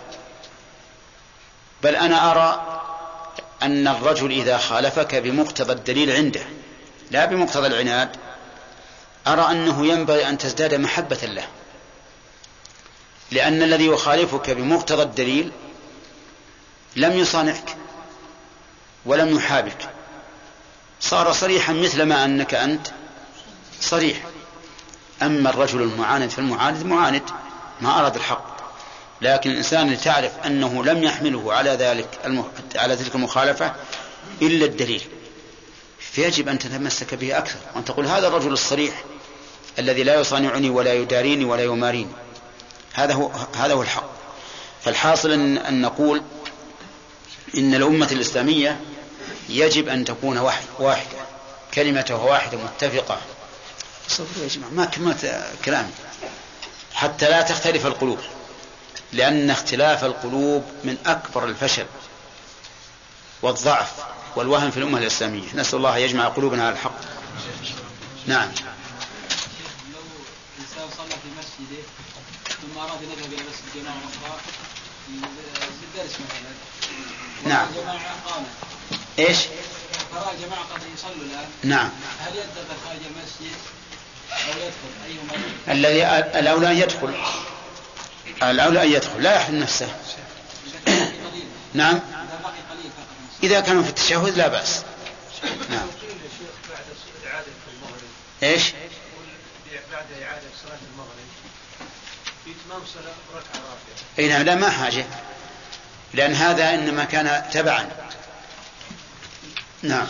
بل أنا أرى أن الرجل إذا خالفك بمقتضى الدليل عنده لا بمقتضى العناد، أرى أنه ينبغي أن تزداد محبة له، لأن الذي يخالفك بمقتضى الدليل لم يصانعك ولم يحابك، صار صريحا مثل ما أنك أنت صريح. أما الرجل المعاند فالمعاند معاند ما أراد الحق، لكن الإنسان اللي تعرف أنه لم يحمله على ذلك المخ... على تلك المخالفة إلا الدليل، فيجب أن تتمسك به أكثر وأن تقول هذا الرجل الصريح الذي لا يصانعني ولا يداريني ولا يماريني، هذا هو هذا هو الحق. فالحاصل أن, أن نقول إن الأمة الإسلامية يجب أن تكون واحد واحدة كلمتها واحدة متفقة. صبروا يا جماعة ما كملت كلامي حتى لا تختلف القلوب، لأن اختلاف القلوب من أكبر الفشل والضعف والوهن في الأمة الإسلامية. نسأل الله يجمع قلوبنا على الحق. نعم. لو إنسان صلى في مسجده ثم أراد أن يذهب إلى مسجد جماعة أخرى الدرس مثلا، نعم. جماعة قامت إيش؟ فرأى جماعة قد يصلوا الآن، نعم. هل يدخل خارج المسجد أو يدخل أيهما؟ الذي الأولى أن يدخل، الأولى أن يدخل لا يحرم نفسه. نعم. إذا كانوا في التشهد لا بأس. نعم. إيش؟ بعد إعادة صلاة المغرب في إتمام صلاة ركعة رابعة. أي نعم لا ما حاجة، لأن هذا إنما كان تبعا. نعم.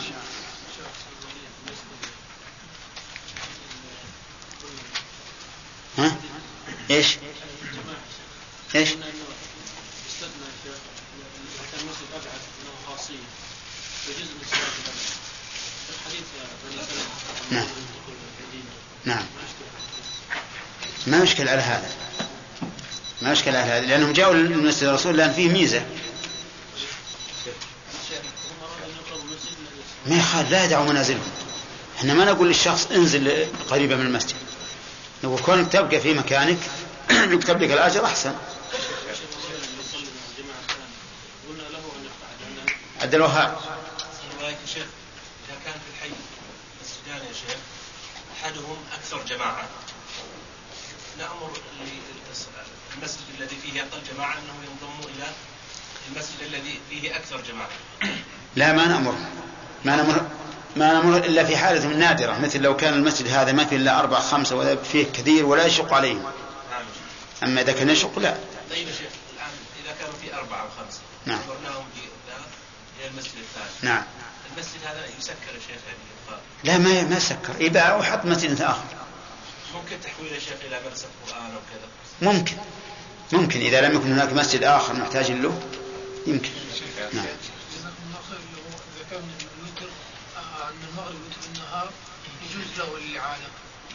ها؟ إيش؟ إيش؟ نعم. نعم. ما مشكل على هذا، ما مشكل على هذا، لأنهم جاءوا للمسجد الرسول لأن فيه ميزة. ما يخال لا يدعوا منازلهم. احنا ما نقول للشخص انزل قريبا من المسجد، نقول كونك تبقى في مكانك يكتب لك الأجر أحسن. عبد الوهاب. شيخ إذا كان في الحي مسجدان يا شيخ أحدهم أكثر جماعة نأمر المسجد الذي فيه أقل جماعة أنه ينضموا إلى المسجد الذي فيه أكثر جماعة. لا ما نأمر ما نأمر ما نأمر إلا في حالة نادرة، مثل لو كان المسجد هذا ما فيه إلا أربعة خمسة ولا فيه كثير ولا يشق عليهم. أما إذا كان يشق لا. طيب يا شيخ الآن إذا كانوا في أربعة أو خمسة نعم أمرناهم إلى المسجد الثاني. نعم. المسجد هذا يسكر يا شيخ يعني؟ لا ما ما سكر، يباع وحط مسجد آخر. ممكن تحويل يا شيخ إلى درس القرآن أو كذا؟ ممكن ممكن إذا لم يكن هناك مسجد آخر محتاج له يمكن. نعم. إذا كان الوتر عن المغرب وتر النهار يجوز له الإعادة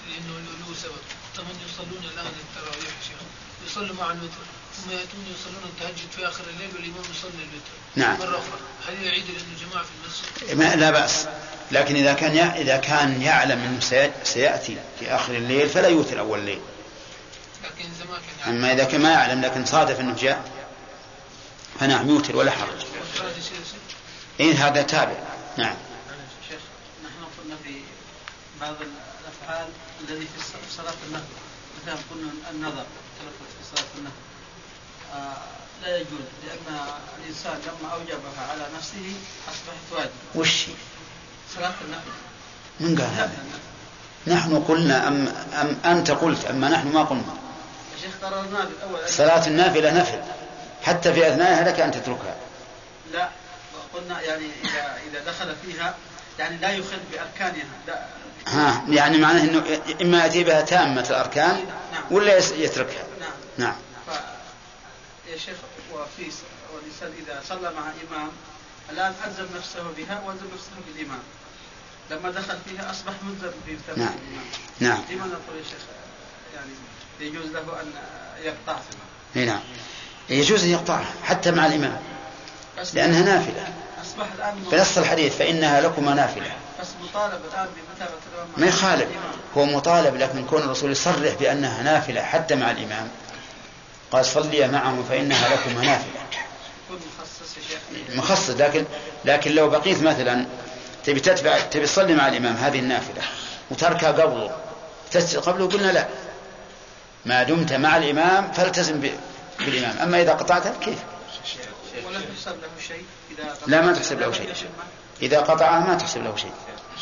لأنه له سبب. طبعا يصلون الآن التراويح يا شيخ، يصلوا مع الوتر ثم يأتون يصلون التهجد في آخر الليل والإمام يصلي الوتر نعم. مرة أخرى، هل يعيد لأنه جماعة في المسجد؟ ما لا بأس، لكن إذا كان إذا كان يعلم أنه سيأتي في آخر الليل فلا يوتر أول الليل. لكن زمان كان أما إذا كان ما يعلم لكن صادف أنه جاء فنعم يوتر ولا حرج. إيه هذا تابع. نعم. شيخ نحن قلنا في بعض الأفعال الذي في صلاة النفل، مثلا قلنا النظر تلفظ في صلاة النفل آه لا يجوز، لأن الإنسان لما أوجبها على نفسه أصبحت واجب. وش صلاة النفل؟ من قال هذا؟ نحن قلنا أم, أم أنت قلت؟ أما نحن ما قلنا. شيخ قررنا بالأول صلاة النافلة نفل حتى في أثنائها لك أن تتركها. لا قلنا يعني إذا إذا دخل فيها يعني لا يخل بأركانها. لا. ها يعني معناه إنه إما يأتي بها تامة الأركان نعم. ولا يتركها. نعم. نعم. ف... يا شيخ وفي والإنسان إذا صلى مع إمام الآن ألزم نفسه بها وألزم نفسه بالإمام، لما دخل فيها أصبح ملزم بتابعة نعم. الإمام. نعم. لما نقول يا شيخ يعني يجوز له أن يقطع فيها. نعم يجوز أن يقطعها حتى مع الإمام لأنها نافلة. أصبح الآن بنص الحديث فإنها لكم نافلة. بس مطالب الآن بمتابعة الإمام. ما يخالف، هو مطالب، لكن كون الرسول يصرح بأنها نافلة حتى مع الإمام، قال صلي معهم فإنها لكم نافلة. مخصص يا شيخ. مخصص، لكن لكن لو بقيت مثلا تبي تتبع تبي تصلي مع الإمام هذه النافلة وتركها قبله تسجد قبله، قلنا لا، ما دمت مع الإمام فالتزم بالإمام. أما إذا قطعتها كيف؟ ولا تحسب له شيء إذا لا ما تحسب له شيء، إذا قطعها ما تحسب له شيء،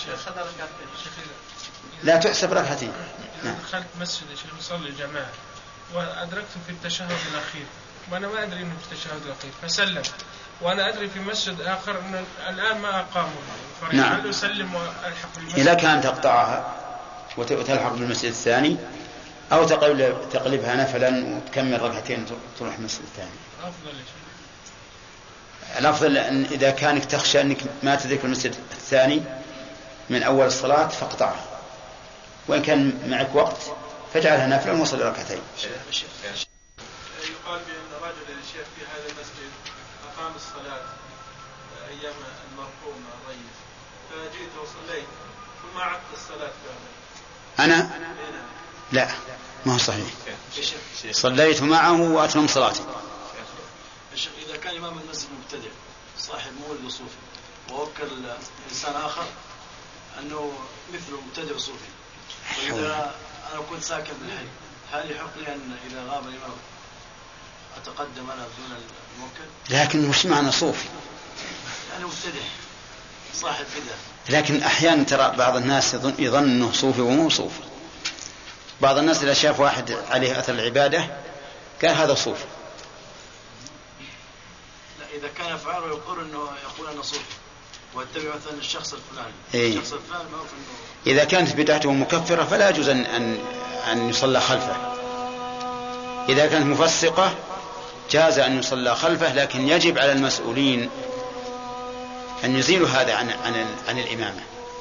لا تحسب ركعتين. نعم. دخلت مسجد يا شيخ نصلي جماعة وأدركت في التشهد الأخير وأنا ما أدري إنه في التشهد الأخير فسلم، وأنا أدري في مسجد آخر أن الآن ما أقاموا نعم. فريق أسلم وألحق بالمسجد. إذا كان تقطعها وتلحق بالمسجد الثاني أو تقلب تقلبها نفلا وتكمل ركعتين تروح المسجد الثاني أفضل يا شيخ. الأفضل أن إذا كانك تخشى أنك ما تدرك المسجد الثاني من أول الصلاة فاقطعها، وإن كان معك وقت فاجعلها نافلة وصل ركعتين. يقال بأن رجل الشيخ في هذا المسجد أقام الصلاة أيام المرحوم الرئيس، فجئت وصليت ثم عدت الصلاة فعلا. أنا؟ لا ما هو صحيح، صليت معه وأتمم صلاتي. الشيخ إذا كان إمام المسجد مبتدع صاحب مولد صوفي ووكل إنسان آخر أنه مثله مبتدع صوفي، وإذا أنا كنت ساكن بالحي هل يحق لي أن إذا غاب الإمام أتقدم أنا دون الموكل؟ لكن مش معنى صوفي يعني مبتدع صاحب بدعة. لكن أحيانا ترى بعض الناس يظن, يظن أنه صوفي ومو صوفي. بعض الناس إذا شاف واحد عليه أثر العبادة قال هذا صوفي. لا إذا كان يفعله يقول أنه يقول أنه صوفي واتبع مثلا الشخص الفلاني. إيه؟ الشخص الفلاني ما هو إنه إذا كانت بدعته مكفرة فلا يجوز أن, أن, أن يصلى خلفه. إذا كانت مفسقة جاز أن يصلى خلفه، لكن يجب على المسؤولين أن يزيلوا هذا عن, عن, عن الإمامة.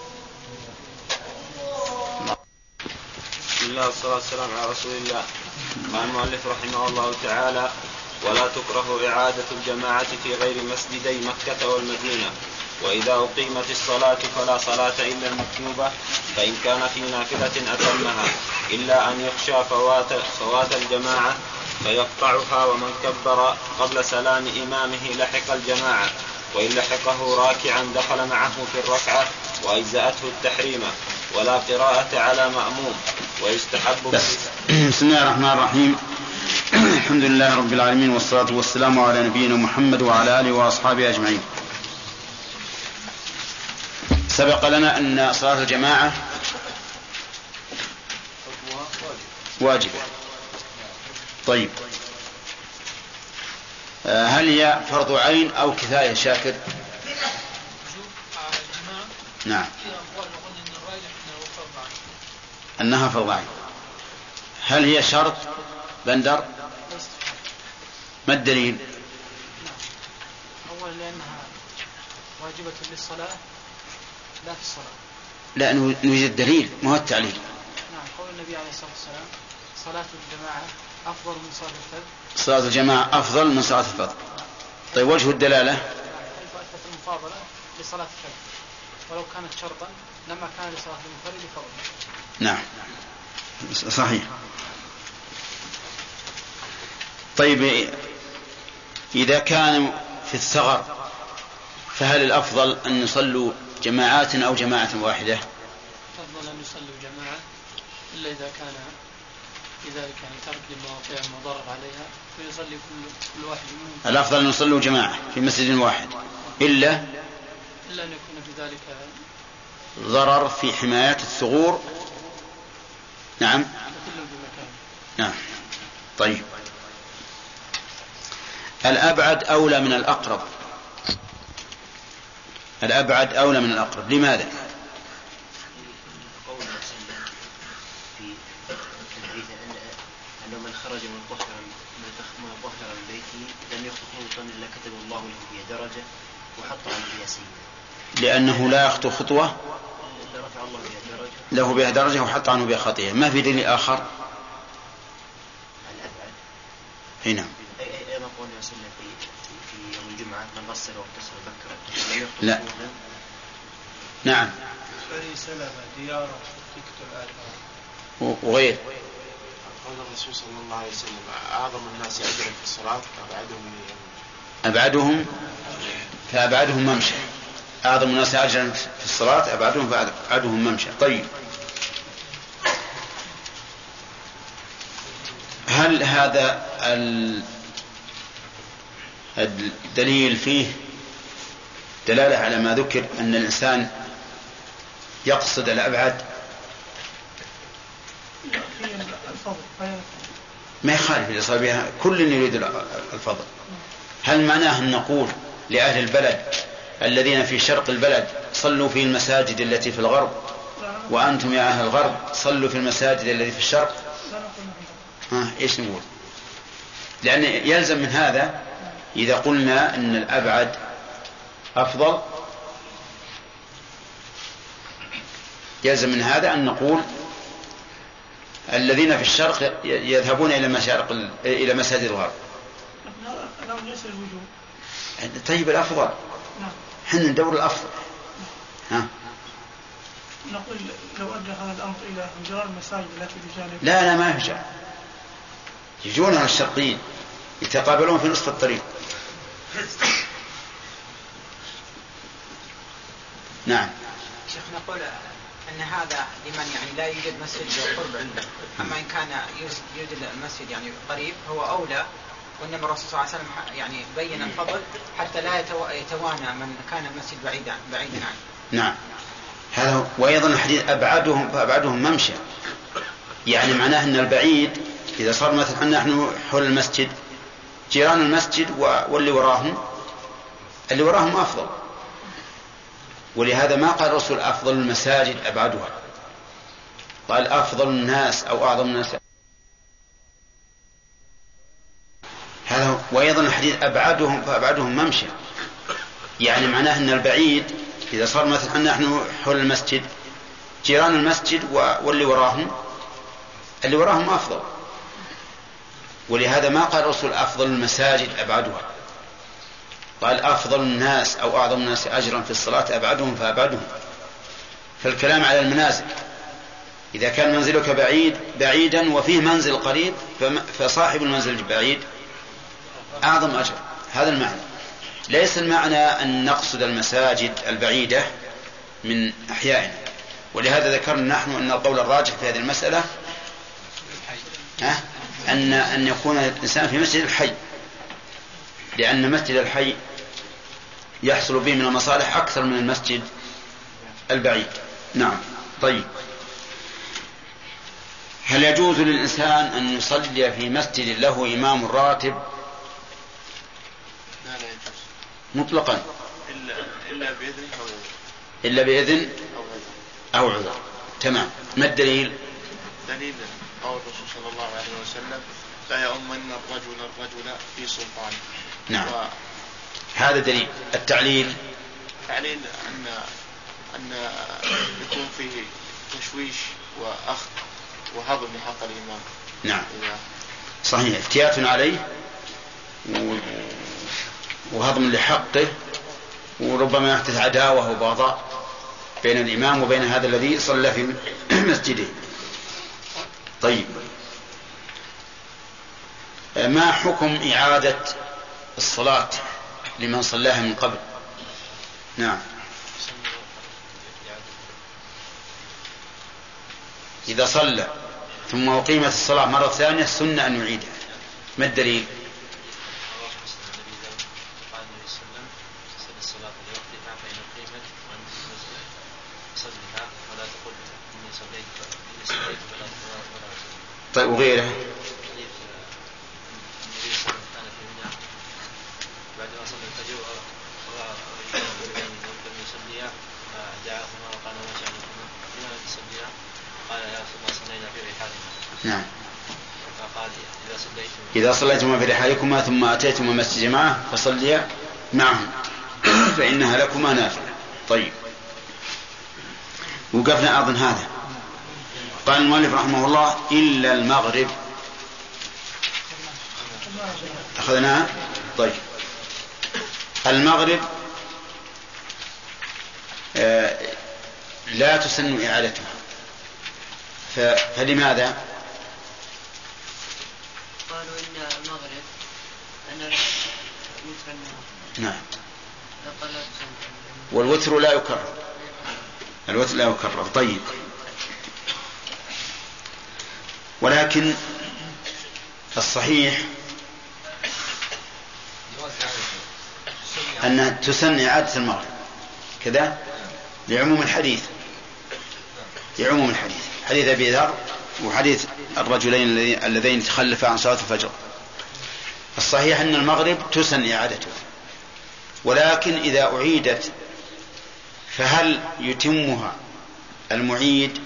بسم الله والصلاة والسلام على رسول الله. قال المؤلف رحمه الله تعالى: ولا تكره إعادة الجماعة في غير مسجدي مكة والمدينة، وإذا أقيمت الصلاة فلا صلاة إلا المكتوبة، فإن كان في نافلة أتمها، إلا أن يخشى فوات, فوات الجماعة فيقطعها، ومن كبر قبل سلام إمامه لحق الجماعة، وإن لحقه راكعا دخل معه في الركعة وأجزأته التحريمة، ولا قراءة على مأموم، ويستحب. بسم الله الرحمن الرحيم. الحمد لله رب العالمين، والصلاة والسلام على نبينا محمد وعلى آله وأصحابه أجمعين. سبق لنا أن صلاة الجماعة واجبة. طيب، هل هي فرض عين أو كفاية شاكر؟ نعم، أنها فرض عين. هل هي شرط بندر؟ ما الدليل؟ أولا لأنها واجبة للصلاة لا في الصلاة. لا، نريد الدليل ما هو التعليل. نعم، قول النبي عليه الصلاة والسلام صلاة الجماعة أفضل من صلاة الفرد. صلاة الجماعة أفضل من صلاة الفرد. طيب وجه الدلالة؟ حيث أثبت المفاضلة لصلاة الفرد، ولو كانت شرطا لما كان لصلاة المنفرد فضل. نعم صحيح. طيب إذا كان في الثغر فهل الأفضل أن يصلوا جماعات أو جماعة واحدة؟ أفضل أن يصلوا جماعة، إلا إذا كان في ذلك يعني ترك لمواقع مضرر عليها فيصلي كل كل واحد منهم. الأفضل أن يصلوا جماعة في مسجد واحد، إلا إلا أن يكون في ذلك ضرر في حماية الثغور. نعم كلهم في مكان. نعم. طيب الأبعد أولى من الأقرب. الأبعد أولى من الأقرب، لماذا؟ قول في الحديث أنه من خرج من طهر من طهر من بيته لم يخطو خطوة إلا كتب الله له بها درجة وحط عنه بها سيئة. لأنه لا يخطو خطوة إلا رفع الله بها درجة له بها درجة وحط عنه بها خطيئة. ما في دليل آخر؟ الأبعد هنا أيضا قول وسلم في في يوم الجمعة من غسل واغتسل بكرة لم يخطو لا. نعم. بني سلمة ديارة تقتل آدم وغير. قال الرسول صلى الله عليه وسلم أعظم الناس أجرا في الصلاة أبعدهم أبعدهم فأبعدهم ممشى. أعظم الناس أجرا في الصلاة أبعدهم فأبعدهم ممشى. طيب هل هذا الدليل فيه دلالة على ما ذكر أن الإنسان يقصد الأبعد؟ ما يخالف الإصابة، كل يريد الفضل. هل معناه أن نقول لأهل البلد الذين في شرق البلد صلوا في المساجد التي في الغرب، وأنتم يا أهل الغرب صلوا في المساجد التي في الشرق؟ ها إيش نقول؟ لأن يلزم من هذا إذا قلنا أن الأبعد أفضل، يلزم من هذا أن نقول الذين في الشرق يذهبون إلى مشارق إلى مساجد الغرب. طيب الأفضل حنا ندور الأفضل. ها نقول لو أدى هذا الأمر إلى انجرار المساجد التي بجانب. لا لا ما يرجع، يجون على الشرقيين يتقابلون في نصف الطريق. نعم. شيخ نقول أن هذا لمن يعني لا يوجد مسجد قرب عنده، أما إن كان يوجد المسجد يعني قريب هو أولى، وإنما الرسول صلى الله عليه وسلم يعني بين الفضل حتى لا يتوانى من كان المسجد بعيدا بعيدا عنه. نعم هذا. وأيضا الحديث أبعدهم فأبعدهم ممشى، يعني معناه أن البعيد إذا صار مثلا نحن حول المسجد جيران المسجد واللي وراهم اللي وراهم أفضل، ولهذا ما قال الرسول أفضل المساجد أبعدها، قال أفضل الناس أو أعظم الناس. هذا. وأيضا الحديث أبعدهم فأبعدهم ممشى، يعني معناه أن البعيد إذا صار مثلا نحن حول المسجد جيران المسجد واللي وراهم اللي وراهم أفضل، ولهذا ما قال الرسول أفضل المساجد أبعدها، قال أفضل الناس أو أعظم الناس أجرا في الصلاة أبعدهم فأبعدهم. فالكلام على المنازل، إذا كان منزلك بعيد بعيدا وفيه منزل قريب فصاحب المنزل البعيد أعظم أجر. هذا المعنى. ليس المعنى أن نقصد المساجد البعيدة من أحيائنا، ولهذا ذكرنا نحن أن القول الراجح في هذه المسألة أن أن يكون الإنسان في مسجد الحي، لأن مسجد الحي يحصل به من المصالح أكثر من المسجد البعيد. نعم. طيب هل يجوز للإنسان أن يصلي في مسجد له إمام راتب؟ لا لا يجوز مطلقا إلا, إلا بإذن أو عذر. إلا بإذن أو عذر. تمام. ما الدليل؟ دليل قول الرسول صلى الله عليه وسلم لا يؤمن الرجل الرجل في سلطانه. نعم. و... هذا دليل. التعليل تعليل أن أن يكون فيه تشويش وأخذ وهضم حق الإمام. نعم صحيح، افتيات عليه وهضم لحقه، وربما يحدث عداوة وبغضاء بين الإمام وبين هذا الذي صلى في مسجده. طيب، ما حكم إعادة الصلاة لمن صلاها من قبل؟ نعم، إذا صلى ثم أقيمت الصلاة مرة ثانية سنة أن يعيدها. ما الدليل؟ طيب، وغيره؟ نعم، إذا صليتما في رحالكما ثم أتيتما مسجد جماعة فصليا معهم فإنها لكما نافلة. طيب، وقفنا أظن هذا. قال المؤلف رحمه الله إلا المغرب، أخذناها. طيب، المغرب آه لا تسن إعادتها، فلماذا؟ قالوا إن المغرب أن الوتر نعم، والوتر لا يكرر، الوتر لا يكرر. طيب، ولكن الصحيح أن تسن إعادة المغرب كذا لعموم الحديث، لعموم الحديث حديث أبي ذر وحديث الرجلين اللذين تخلفا عن صلاة الفجر. الصحيح أن المغرب تسن إعادته، ولكن إذا أعيدت فهل يتمها المعيد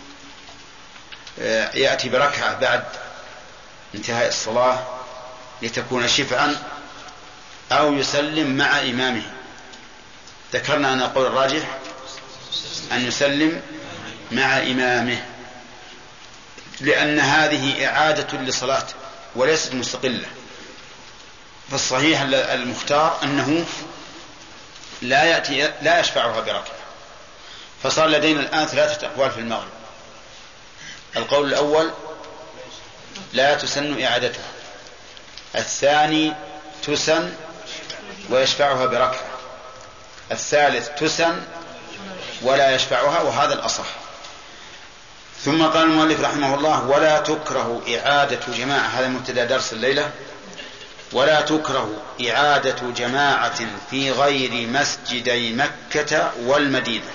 يأتي بركعة بعد انتهاء الصلاة لتكون شفعا، أو يسلم مع إمامه؟ ذكرنا أن القول الراجح أن يسلم مع إمامه، لأن هذه إعادة لصلاة وليست مستقلة. فالصحيح المختار أنه لا يأتي لا يشفعها بركعة. فصار لدينا الآن ثلاثة أقوال في المغرب. القول الأول لا تسن إعادتها، الثاني تسن ويشفعها بركعة، الثالث تسن ولا يشفعها، وهذا الأصح. ثم قال المؤلف رحمه الله ولا تكره إعادة جماعة، هذا مبتدأ درس الليلة. ولا تكره إعادة جماعة في غير مسجدي مكة والمدينة.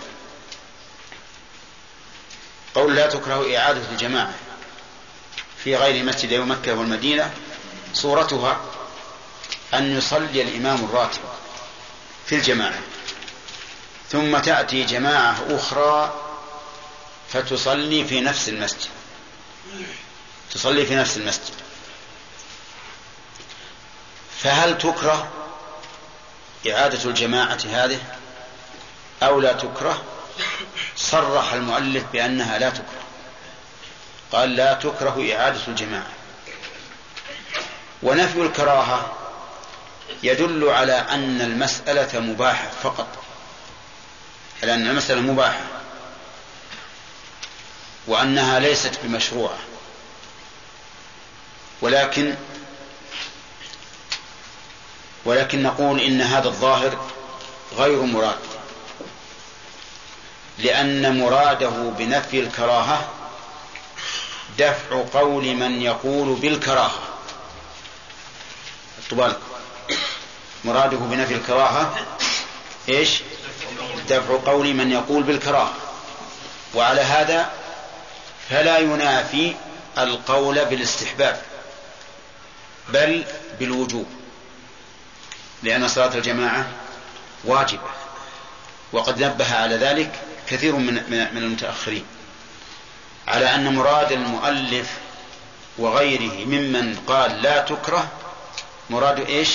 قول لا تكره إعادة الجماعة في غير مسجدي مكة والمدينة صورتها أن يصلي الإمام الراتب في الجماعة ثم تأتي جماعة أخرى فتصلي في نفس المسجد، تصلي في نفس المسجد. فهل تكره إعادة الجماعة هذه أو لا تكره؟ صرح المؤلف بأنها لا تكره، قال لا تكره إعادة الجماعة. ونفي الكراهة يدل على أن المسألة مباحة فقط، على أن المسألة مباحة وأنها ليست بمشروعة، ولكن ولكن نقول إن هذا الظاهر غير مراد، لأن مراده بنفي الكراهة دفع قول من يقول بالكراهة. طبالك مراده بنفي الكراهة إيش؟ دفع قول من يقول بالكراهة، وعلى هذا فلا ينافي القول بالاستحباب بل بالوجوب، لأن صلاة الجماعة واجبة، وقد نبه على ذلك كثير من من المتأخرين على أن مراد المؤلف وغيره ممن قال لا تكره مراد إيش؟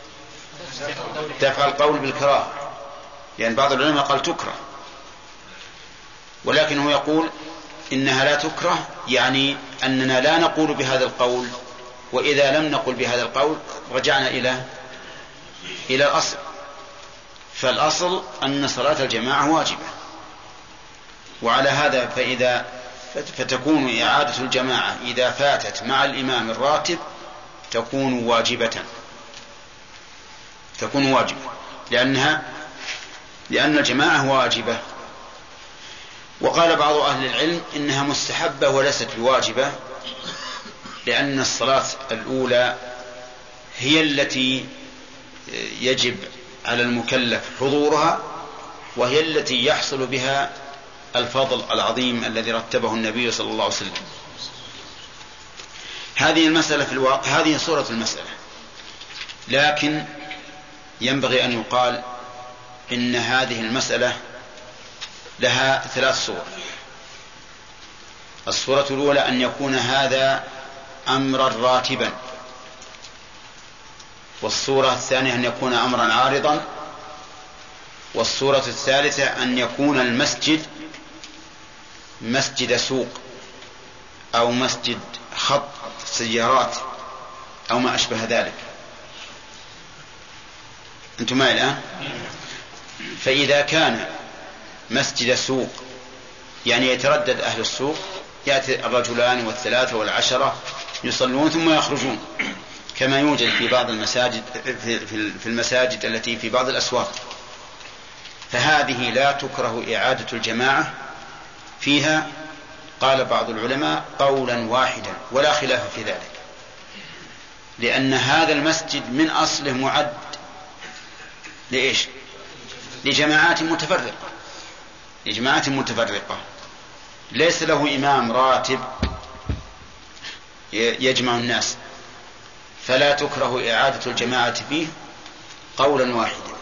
دفع القول بالكراهة، لأن بعض العلماء قال تكره، ولكنه يقول إنها لا تكره يعني أننا لا نقول بهذا القول، وإذا لم نقل بهذا القول رجعنا إلى إلى الأصل. فالأصل أن صلاة الجماعة واجبة، وعلى هذا فإذا فتكون إعادة الجماعة إذا فاتت مع الإمام الراتب تكون واجبة تكون واجبة لأنها لأن الجماعة واجبة. وقال بعض أهل العلم إنها مستحبة وليست بواجبة، لأن الصلاة الأولى هي التي يجب على المكلف حضورها، وهي التي يحصل بها الفضل العظيم الذي رتبه النبي صلى الله عليه وسلم. هذه المسألة في الواقع هذه صورة المسألة، لكن ينبغي أن يقال إن هذه المسألة لها ثلاث صور. الصورة الأولى أن يكون هذا أمرا راتبا، والصورة الثانية أن يكون أمرا عارضا، والصورة الثالثة أن يكون المسجد مسجد سوق أو مسجد خط سيارات أو ما أشبه ذلك. أنتم معي الآن؟ فإذا كان مسجد سوق يعني يتردد أهل السوق، يأتي الرجلان والثلاثة والعشرة يصلون ثم يخرجون، كما يوجد في بعض المساجد في المساجد التي في بعض الأسواق، فهذه لا تكره إعادة الجماعة فيها. قال بعض العلماء قولا واحدا ولا خلاف في ذلك، لأن هذا المسجد من أصله معد لإيش؟ لجماعات متفرقة لجماعات متفرقة ليس له إمام راتب يجمع الناس، فلا تكره إعادة الجماعة فيه قولا واحدا.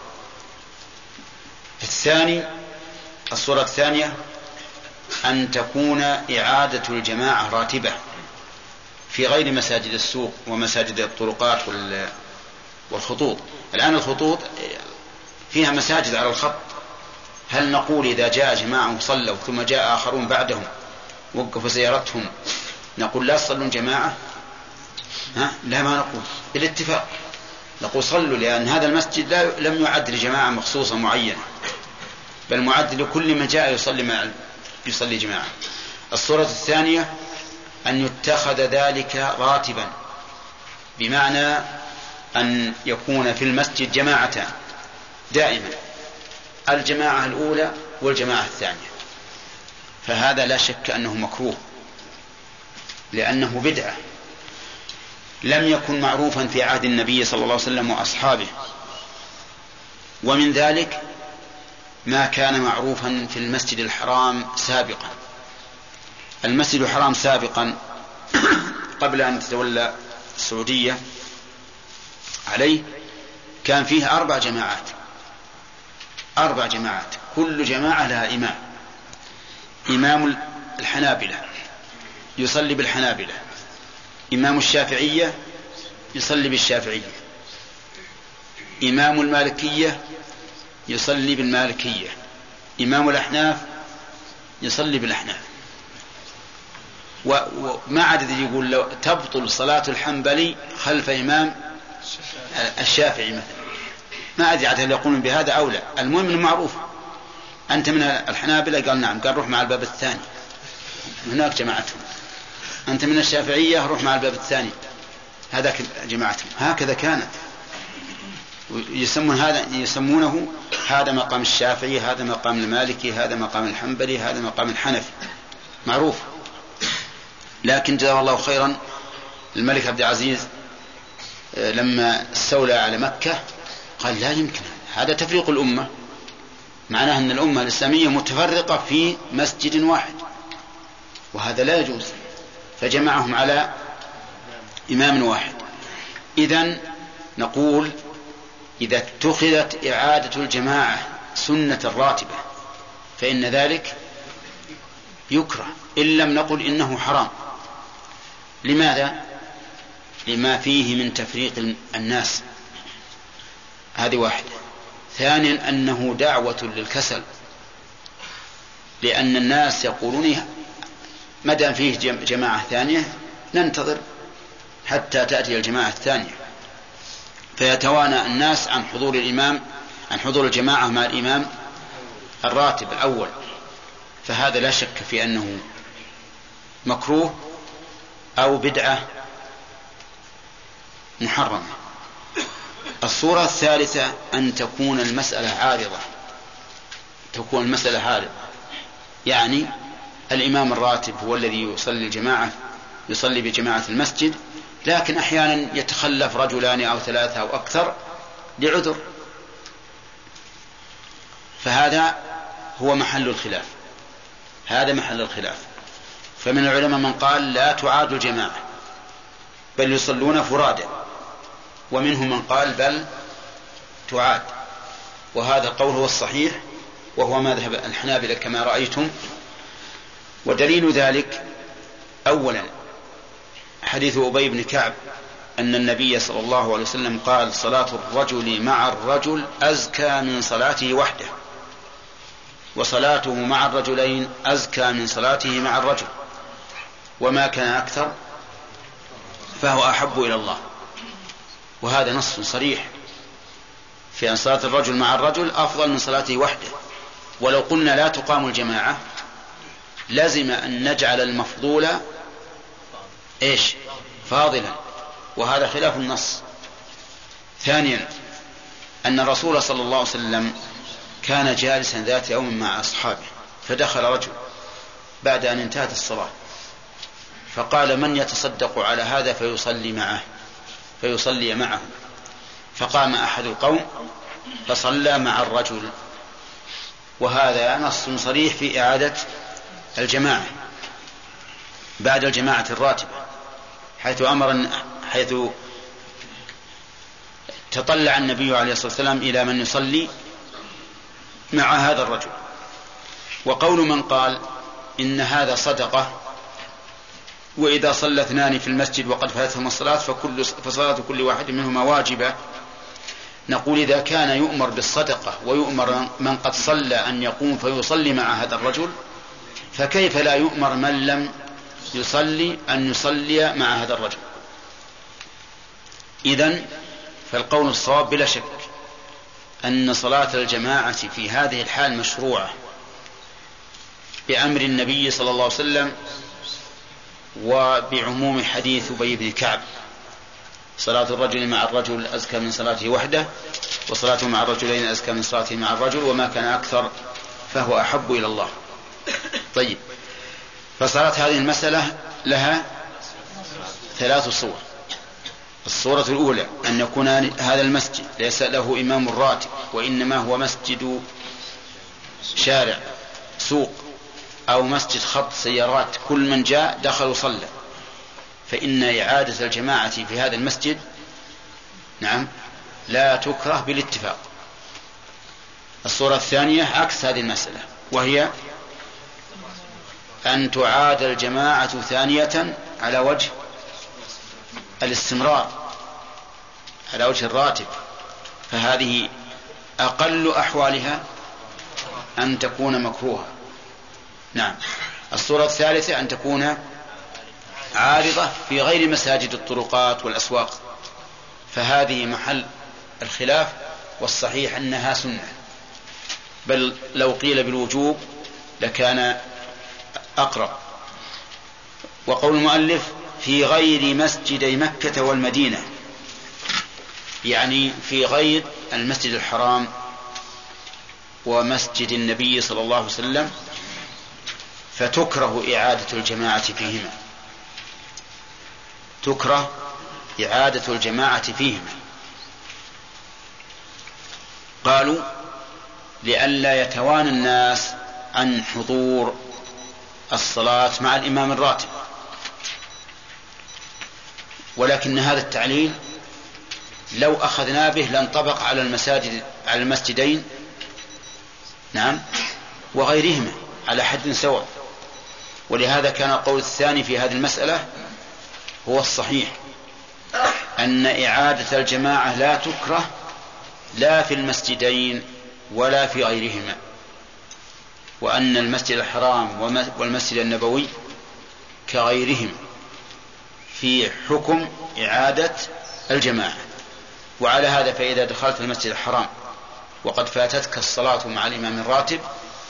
الثاني الصورة الثانية أن تكون إعادة الجماعة راتبة في غير مساجد السوق ومساجد الطرقات والخطوط. الآن الخطوط فيها مساجد على الخط، هل نقول إذا جاء جماعة وصلوا ثم جاء آخرون بعدهم وقفوا سيارتهم نقول لا تصلون جماعة؟ ها؟ لا، ما نقول، بالاتفاق نقول صلوا، لأن هذا المسجد لا لم يعد لجماعة مخصوصة معينة، بل معد لكل من جاء يصلي مع يصلي جماعة. الصورة الثانية أن يتخذ ذلك راتبا، بمعنى أن يكون في المسجد جماعتان دائما، الجماعة الأولى والجماعة الثانية، فهذا لا شك أنه مكروه، لأنه بدعة لم يكن معروفا في عهد النبي صلى الله عليه وسلم وأصحابه. ومن ذلك ما كان معروفا في المسجد الحرام سابقا. المسجد الحرام سابقا قبل أن تتولى السعودية عليه كان فيه أربع جماعات أربع جماعات كل جماعة لها إمام. إمام الحنابلة يصلي بالحنابلة، إمام الشافعية يصلي بالشافعية، إمام المالكية يصلي بالمالكية، إمام الأحناف يصلي بالأحناف. وما عدد يقول لو تبطل صلاة الحنبلي خلف إمام الشافعي مثلا، ما عدد عدد يقولون بهذا أو لا، المهم أنه معروف. أنت من الحنابلة؟ قال نعم، قال روح مع الباب الثاني، هناك جماعتهم. أنت من الشافعية؟ روح مع الباب الثاني، هذاك جماعتهم. هكذا كانت، يسمون هذا يسمونه هذا مقام الشافعي، هذا مقام المالكي، هذا مقام الحنبلي، هذا مقام الحنفي، معروف. لكن جزاه الله خيرا الملك عبد العزيز لما استولى على مكة قال لا يمكن، هذا تفريق الأمة، معناه أن الأمة الإسلامية متفرقة في مسجد واحد، وهذا لا يجوز، فجمعهم على إمام واحد. إذن نقول إذا اتخذت إعادة الجماعة سنة راتبة فإن ذلك يكره، إن لم نقل إنه حرام. لماذا؟ لما فيه من تفريق الناس، هذه واحدة. ثانيا أنه دعوة للكسل، لأن الناس يقولون ما دام فيه جماعة ثانية ننتظر حتى تأتي الجماعة الثانية، فيتوانى الناس عن حضور الإمام عن حضور الجماعة مع الإمام الراتب الأول، فهذا لا شك في أنه مكروه أو بدعة محرمة. الصورة الثالثة أن تكون المسألة عارضة تكون المسألة عارضة يعني الإمام الراتب هو الذي يصلي الجماعة يصلي بجماعة المسجد، لكن أحيانا يتخلف رجلان أو ثلاثة أو أكثر لعذر، فهذا هو محل الخلاف هذا محل الخلاف. فمن العلماء من قال لا تعاد الجماعة بل يصلون فرادى، ومنهم من قال بل تعاد، وهذا القول هو الصحيح وهو مذهب الحنابلة كما رأيتم. ودليل ذلك أولا حديث أبي بن كعب أن النبي صلى الله عليه وسلم قال صلاة الرجل مع الرجل أزكى من صلاته وحده، وصلاته مع الرجلين أزكى من صلاته مع الرجل، وما كان أكثر فهو أحب إلى الله. وهذا نص صريح في أن صلاة الرجل مع الرجل أفضل من صلاته وحده. ولو قلنا لا تقام الجماعة لازم أن نجعل المفضول إيش فاضلا، وهذا خلاف النص. ثانيا أن الرسول صلى الله عليه وسلم كان جالسا ذات يوم مع أصحابه، فدخل رجل بعد أن انتهت الصلاة فقال من يتصدق على هذا فيصلي معه فيصلي معه فقام أحد القوم فصلى مع الرجل، وهذا نص صريح في إعادة الجماعة بعد الجماعة الراتبة، حيث أمر حيث تطلع النبي عليه الصلاة والسلام إلى من يصلي مع هذا الرجل. وقول من قال إن هذا صدقة، وإذا صلى اثنان في المسجد وقد فاتهم الصلاة فكل فصلاة كل واحد منهما واجبة، نقول إذا كان يؤمر بالصدقة ويؤمر من قد صلى أن يقوم فيصلي مع هذا الرجل، فكيف لا يؤمر من لم يصلي أن يصلي مع هذا الرجل؟ إذن فالقول الصواب بلا شك أن صلاة الجماعة في هذه الحال مشروعة بأمر النبي صلى الله عليه وسلم وبعموم حديث أبي بن كعب صلاة الرجل مع الرجل أزكى من صلاته وحده، وصلاته مع الرجلين أزكى من صلاته مع الرجل، وما كان أكثر فهو أحب إلى الله. طيب، فصارت هذه المسألة لها ثلاث صور. الصورة الأولى أن يكون هذا المسجد ليس له إمام راتب، وإنما هو مسجد شارع سوق أو مسجد خط سيارات، كل من جاء دخل وصلى، فإن إعادة الجماعة في هذا المسجد نعم لا تكره بالاتفاق. الصورة الثانية عكس هذه المسألة، وهي أن تعاد الجماعة ثانية على وجه الاستمرار على وجه الراتب، فهذه أقل أحوالها أن تكون مكروهة. نعم. الصورة الثالثة أن تكون عارضة في غير مساجد الطرقات والأسواق، فهذه محل الخلاف، والصحيح أنها سنة، بل لو قيل بالوجوب لكان أقرب. وقول المؤلف في غير مسجدي مكة والمدينة، يعني في غير المسجد الحرام ومسجد النبي صلى الله عليه وسلم، فتكره إعادة الجماعة فيهما تكره إعادة الجماعة فيهما قالوا لئلا يتوانى الناس عن حضور الصلاة مع الإمام الراتب. ولكن هذا التعليل لو أخذنا به لانطبق على المساجد على المسجدين نعم وغيرهما على حد سواء، ولهذا كان القول الثاني في هذه المسألة هو الصحيح، أن إعادة الجماعة لا تكره لا في المسجدين ولا في غيرهما، وأن المسجد الحرام والمسجد النبوي كغيرهم في حكم إعادة الجماعة. وعلى هذا فإذا دخلت المسجد الحرام وقد فاتتك الصلاة مع الإمام الراتب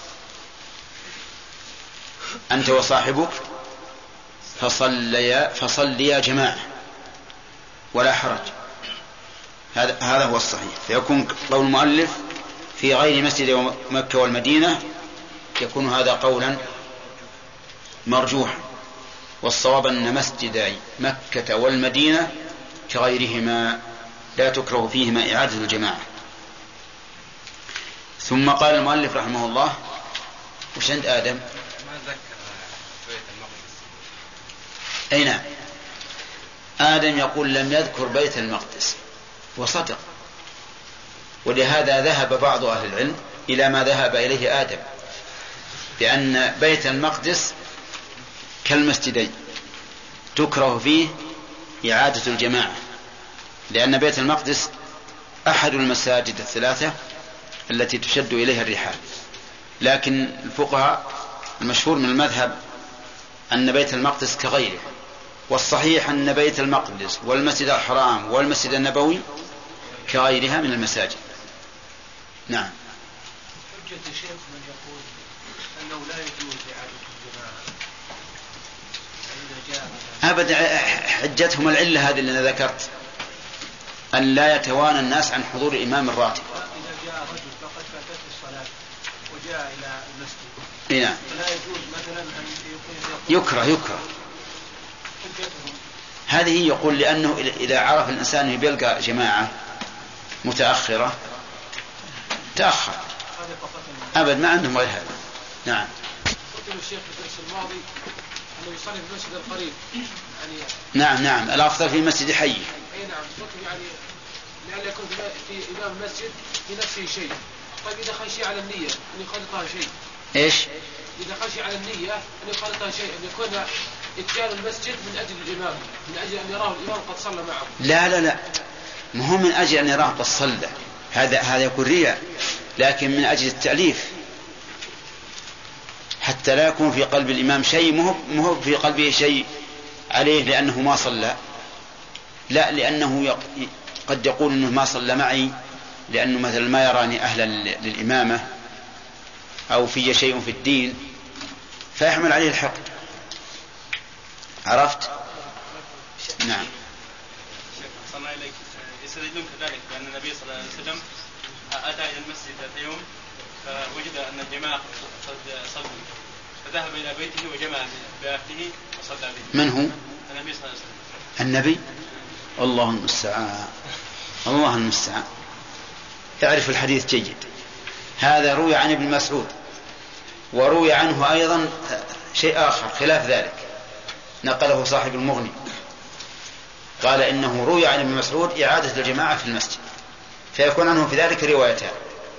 أنت وصاحبك فصليا فصليا جماعة ولا حرج. هذا هذا هو الصحيح. فيكون قول المؤلف في غير مسجد مكة والمدينة يكون هذا قولا مرجوحا، والصواب أن مسجد مكة والمدينة كغيرهما لا تكره فيهما إعادة الجماعة. ثم قال المؤلف رحمه الله: وش عند آدم؟ ما ذكر بيت المقدس. أي نعم، آدم يقول لم يذكر بيت المقدس، وصدق. ولهذا ذهب بعض أهل العلم إلى ما ذهب إليه آدم، بأن بيت المقدس كالمسجدين تكره فيه إعادة الجماعة، لأن بيت المقدس أحد المساجد الثلاثة التي تشد إليها الرحال. لكن الفقهاء المشهور من المذهب أن بيت المقدس كغيره، والصحيح أن بيت المقدس والمسجد الحرام والمسجد النبوي كغيرها من المساجد. نعم. حجة الشيخ من يقول أنه لا يجوز إعادة الجماعة أبدا، حجتهم العلة هذه اللي ذكرت، أن لا يتوانى الناس عن حضور الإمام الراتب. إذا جاء رجل فقد فاتته الصلاة وجاء إلى المسجد إيه؟ فلا يجوز مثلا أن يكره يكره هذه يقول لأنه إذا عرف الإنسان بيلقى جماعة متأخرة تأخر أبد، ما عندهم غير هذا. نعم. قلت له الشيخ في الدرس الماضي أنه يصلي في المسجد القريب يعني. نعم نعم، الأفضل في مسجد حي. أي نعم، يعني لأن يكون في إمام المسجد في نفسه شيء. طيب إذا خشي على النية أن يخالطها شيء. إيش؟ إذا خشي على النية أن يخالطها شيء، أن يكون اتيان المسجد من أجل الإمام، من أجل أن يراه الإمام قد صلى معه. لا لا لا، مهم من أجل أن يراه قد صلى، هذا هذا يكون رياء، لكن من أجل التأليف حتى لا يكون في قلب الإمام شيء، مهو في قلبه شيء عليه لأنه ما صلى، لا، لأنه قد يقول أنه ما صلى معي لأنه مثلا ما يراني أهلا للإمامة أو في شيء في الدين فيحمل عليه الحقد. عرفت؟ نعم. صلى الله عليه يستدلون كذلك بأن النبي صلى الله عليه وسلم أتى إلى المسجد ذات يوم فوجد أن الجماعة قد صلوا فذهب إلى بيته وجمع بأهله وصلى به. من هو؟ النبي صلى الله عليه وسلم. النبي؟ الله المستعان، الله المستعان، يعرف الحديث جيد. هذا روي عن ابن مسعود، وروي عنه أيضا شيء آخر خلاف ذلك نقله صاحب المغني، قال إنه روي عن ابن مسعود إعادة الجماعة في المسجد، فيكون عنه في ذلك روايتان.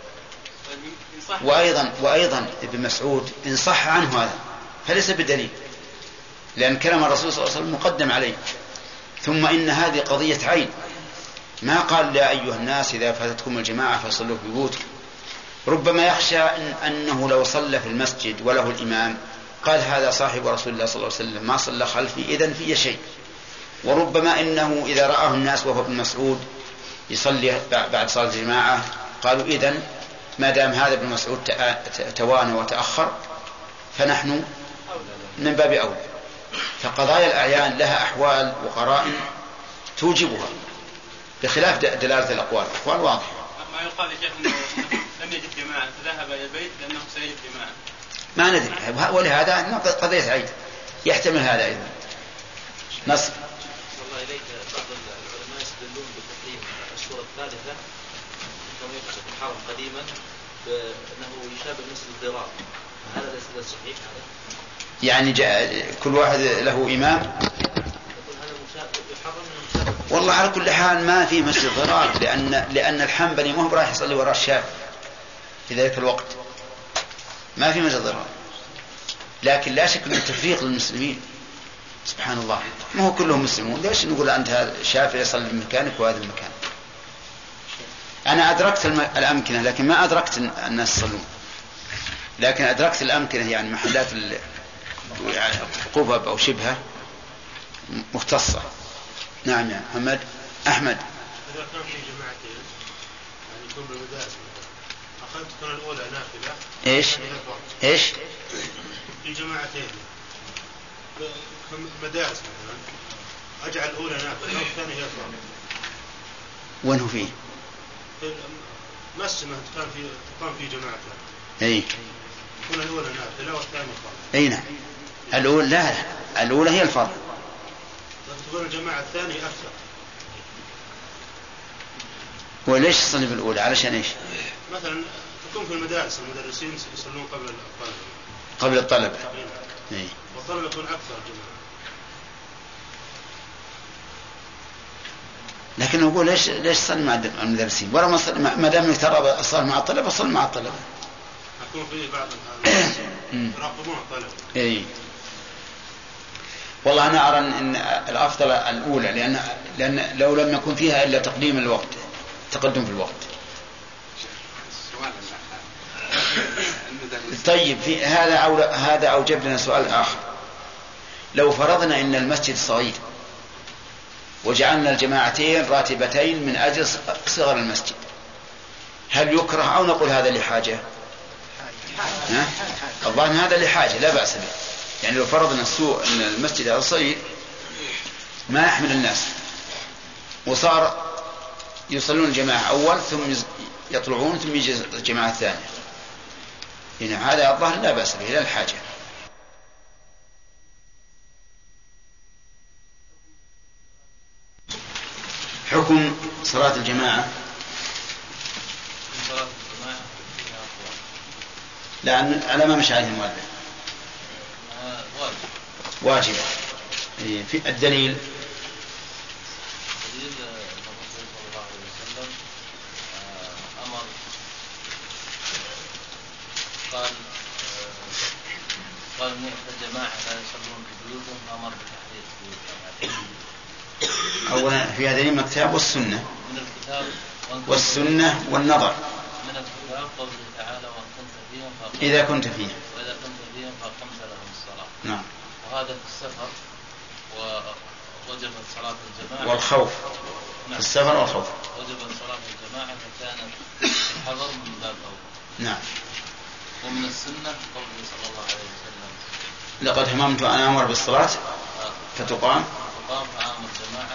وأيضا وأيضا ابن مسعود إن صح عنه هذا فليس بدليل، لأن كلام الرسول صلى الله عليه وسلم مقدم عليه. ثم إن هذه قضية عين، ما قال يا أيها الناس إذا فاتتكم الجماعة فصلوا في بيوتكم. ربما يخشى إن أنه لو صلى في المسجد وله الإمام قال هذا صاحب رسول الله صلى الله عليه وسلم ما صلى خلفي إذن في شيء. وربما إنه إذا رآه الناس وهو ابن مسعود يصلي بعد صلاة الجماعة قالوا إذن ما دام هذا ابن مسعود توانى وتأخر فنحن من باب أولى. فقضايا الأعيان لها أحوال وقرائن توجبها بخلاف دلالة الأقوال. الأقوال واضحة. ما يقال يا شيخ أنه لم يجد جماعة فذهب إلى البيت لأنه سيجد جماعة. ما ندري، ولهذا قضية عيد يحتمل هذا أيضا. نصر. والله إليك بعض العلماء يستدلون بتحريم الصورة الثالثة كما يقصد الحرم قديما بأنه يشابه مثل الضرار، هذا ليس صحيح هذا؟ يعني كل واحد له إمام. والله على كل حال ما في مسجد ضرار، لأن لأن الحنبلي ما هو راح يصلي وراء الشافعي في ذلك الوقت، ما في مسجد ضرار. لكن لا شك من تفريق للمسلمين، سبحان الله، ما هو كلهم مسلمون، ليش نقول أنت هذا الشافعي يصلي في مكانك وهذا المكان؟ أنا أدركت الأمكنة لكن ما أدركت الناس يصلون، لكن أدركت الأمكنة يعني محلات قبب أو شبهه مختصة. نعم يا محمد. أحمد. إذا كان في جماعتين يعني يكون بالمدارس أخذت تكون الأولى نافلة. إيش؟ إيش؟ في جماعتين مدارس مثلا أجعل الأولى نافلة والثانية هي فرض. وين هو فيه؟ في المسجد كان في تقام في جماعتين. أي. تكون الأولى نافلة والثانية فرض. أي نعم. الأولى لا الأولى هي الفرض. تكون الجماعة الثانية أكثر. وليش تصلي بالأولى؟ علشان إيش؟ مثلا تكون في المدارس المدرسين يصلون قبل الطلبة. قبل الطلبة. إيه. والطلبة يكون أكثر جماعة. لكن نقول ليش ليش تصلي مع المدرسين؟ ولا ما ما دام ترى الصلاة مع الطلبة صلي مع الطلبة. يكون في بعض يراقبون الطلبة. إيه. والله أنا أرى أن الأفضل الأولى لأن لأن لو لم يكن فيها إلا تقديم الوقت تقدم في الوقت. طيب في هذا هذا أوجب لنا سؤال آخر. لو فرضنا أن المسجد صغير وجعلنا الجماعتين راتبتين من أجل صغر المسجد هل يكره أو نقول هذا لحاجة؟ الظاهر هذا لحاجة لا بأس به. يعني لو فرضنا السوء أن المسجد هذا صغير ما يحمل الناس وصار يصلون الجماعة أول ثم يطلعون ثم يجي الجماعة الثانية هنا هذا الظاهر لا بأس به لا الحاجة. حكم صلاة الجماعة. لا على ما مش عليه المؤلف واجبة. في الدليل الدليل الرسول صلى الله عليه وسلم أمر قال قال الجماعة لا يصلون في بيوتهم أمر بتحرير بيوتهم. أولا في هذا دليل من الكتاب والسنة من الكتاب والسنة والنظر. من الكتاب قوله تعالى وإن كنت فيهم إذا كنت فيهم وإذا كنت فيهم فأقمت لهم الصلاة. نعم. وهذا في السفر ووجبت صلاة الجماعة والخوف. نعم. في السفر والخوف وجبت صلاة الجماعة فكانت الحضر من باب أول. نعم. ومن السنة قوله صلى الله عليه وسلم لقد هممت أن أمر بالصلاة فتقام تقام فأمر الجماعة.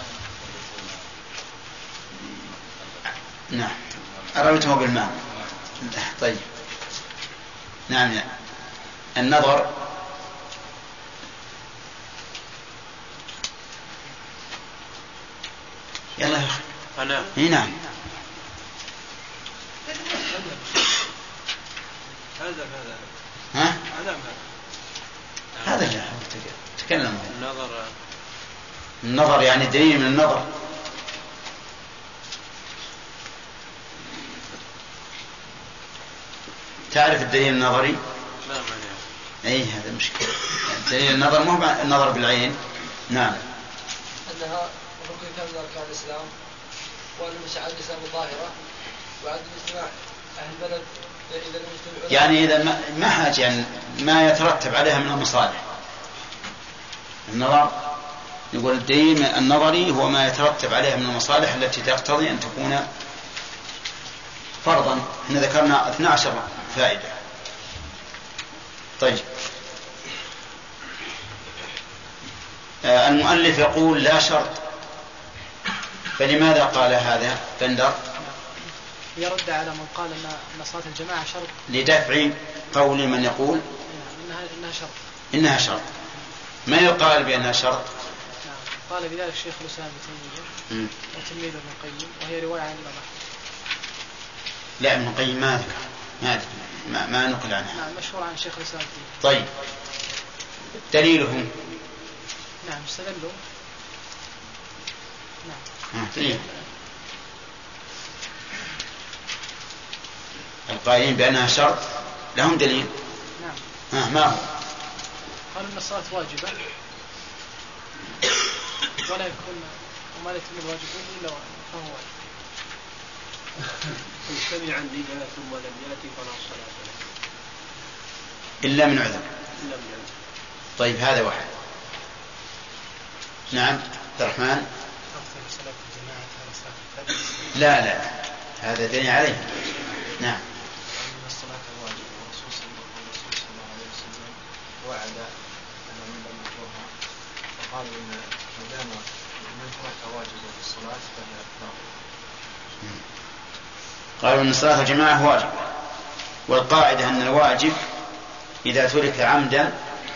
نعم. أرويته بالماء. طيب. نعم يعني. النظر يلا يا أخي. أنا. إيه نعم. هذا هذا. ها؟ هذا هذا لا تكلم. النظر. النظر يعني دليل من النظر. تعرف الدليل النظري؟ لا ما نعرف. أي هذا مشكلة. دليل النظر مو النظر بالعين. نعم. أنها ركن كامل من أركان الإسلام وأن مشاعر الإسلام الظاهرة وعدم اجتماع أهل البلد إذا لم يجتمعوا. يعني إذا ما ما حاجة يعني ما يترتب عليها من المصالح. النظر يقول الدليل النظري هو ما يترتب عليها من المصالح التي تقتضي أن تكون فرضا. احنا ذكرنا اثنتا عشرة فائدة. طيب. آه المؤلف يقول لا شرط. فلماذا قال هذا بندر؟ يرد على من قال ان صلاة الجماعة شرط لدفع قول من يقول انها انها شرط انها شرط. ما يقال بانها شرط. نعم. قال بذلك الشيخ الاسلام ابن تيمية وتلميذ ابن القيم وهي رواية عن الإمام أحمد. لا ابن القيم ما ذكر ما ما, ما نقل عنها. نعم مشهور عن شيخ الإسلام. طيب دليلهم. نعم استدلوا. نعم. آه. دليل. القائلين بأنها شرط لهم دليل. نعم. آه. ما هو؟ قالوا أن الصلاة واجبة ولا يكون وما لا يتم الواجب إلا فهو واجب. سمع النداء ثم لم يأتي فلا صلاة له إلا من عذر. إلا من عذر. طيب هذا واحد. نعم عبد الرحمن. لا لا هذا دليل عليه. نعم. الصلاة واجبة والرسول صلى الله عليه وسلم وعد أن من لم يطهرها فقالوا إن ما دام من ترك واجبا في الصلاة فهي باطلة. قالوا أن الصلاة الجماعة واجب، والقاعدة أن الواجب إذا ترك عمدا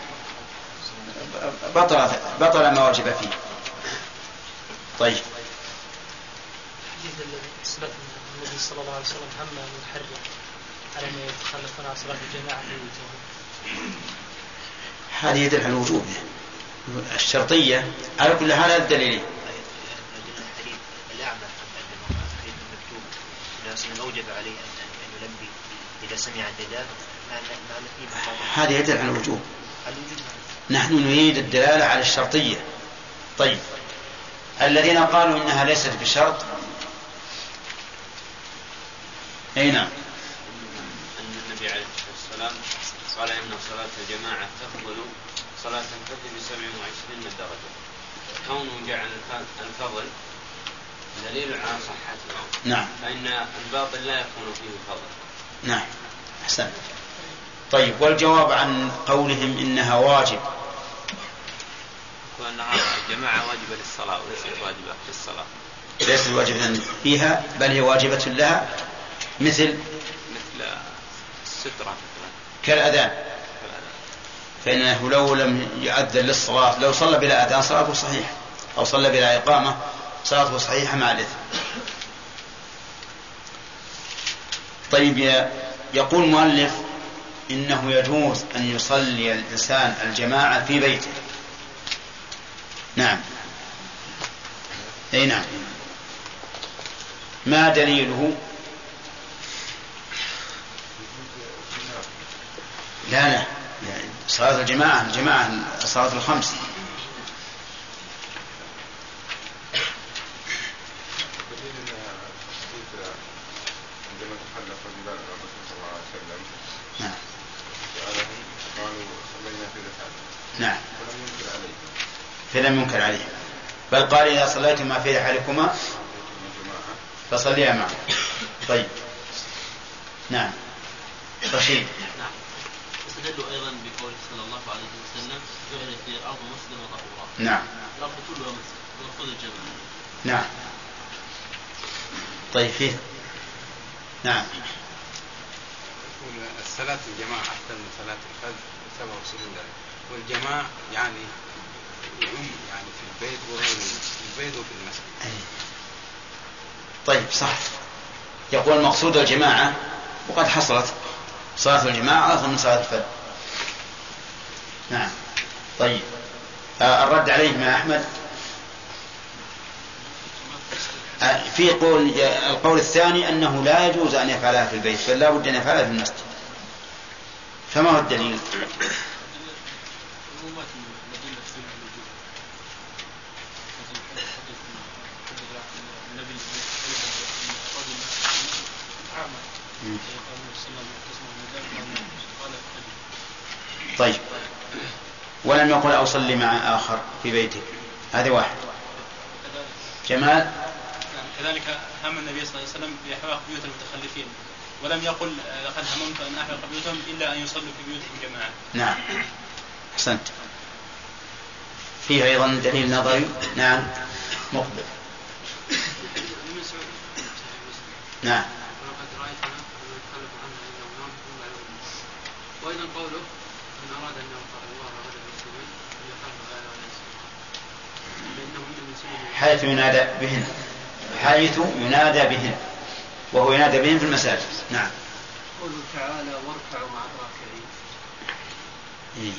بطل بطل ما وجب فيه. طيب. النبي صلى الله عليه وسلم هم أن يحرم على أن يتخلفون عن صلاة الجماعة في بيوتهم. هذه يدل على الوجوب الشرطية على كل حال. هذا الدليل. الأعمى المكتوب إذا أوجب عليه أن يلبي إذا سمع النداء هذا يدل على الوجوب. نحن نريد الدلالة على الشرطية. طيب الذين قالوا إنها ليست بشرط أي نعم. أن النبي عليه الصلاة والسلام قال إن صلاة الجماعة تفضل صلاة الفجر بسبع وعشرين درجة. كونه جعل الفضل دليل على صحتها. نعم. فإن الباطل لا يكون فيه فضل. نعم أحسن. طيب والجواب عن قولهم إنها واجب وأنها الجماعة واجبة للصلاة وليست واجبة في الصلاة. ليست واجبة فيها بل هي واجبة لها مثل مثل السترة كالأذان. فإنه لو لم يؤذن للصلاة لو صلى بلا أذان صلاته صحيحة أو صلى بلا إقامة صلاته صحيحة مع الإثم. طيب يقول مؤلف إنه يجوز أن يصلي الإنسان الجماعة في بيته. نعم أي نعم. ما دليله؟ لا لا صلاة الجماعة الجماعة الصلاة الخمس. عندما تحدث رجلان الرسول صلى الله عليه وسلم نعم سألهم قالوا صلينا في رحالة. نعم فلم ينكر عليه فلم ينكر عليه بل قال إذا صليتما في رحالكما فصليا معه. طيب نعم رشيد. نعم. استدلوا أيضا بقوله صلى الله عليه وسلم جعلت في الأرض مسجدا وطهورا. نعم. الأرض كلها مسجد وخذ الجماعة. نعم. طيب فيه. نعم. الصلاة الجماعة أحسن من صلاة الفجر بسبب وصول ذلك، والجماعة يعني يعم يعني في البيت وغير في البيت وفي المسجد. طيب صح. يقول المقصود الجماعة وقد حصلت صلاة الجماعة أفضل من صلاة الفجر. نعم. طيب آه الرد عليه مع أحمد آه في قول القول الثاني أنه لا يجوز أن يفعلها في البيت بل لا بد أن يفعلها في المسجد. فما هو الدليل؟ طيب ولم يقل أصلي مع آخر في بيتك. هذا واحد. جمال. كذلك هم النبي صلى الله عليه وسلم بإحراق بيوت المتخلفين ولم يقل لقد هممت أن أحرق بيوتهم إلا أن يصلوا في بيوتهم جماعة. نعم أحسنت. فيه أيضا دليل نظري. نعم مقبل. نعم. وأيضا قوله من أراد أن يغفر الله غدا المسلمين فليقرب غير على حيث ينادى بهن حيث ينادى بهن وهو ينادى بهن في المساجد. نعم. قوله تعالى واركعوا مع الراكعين. إيه.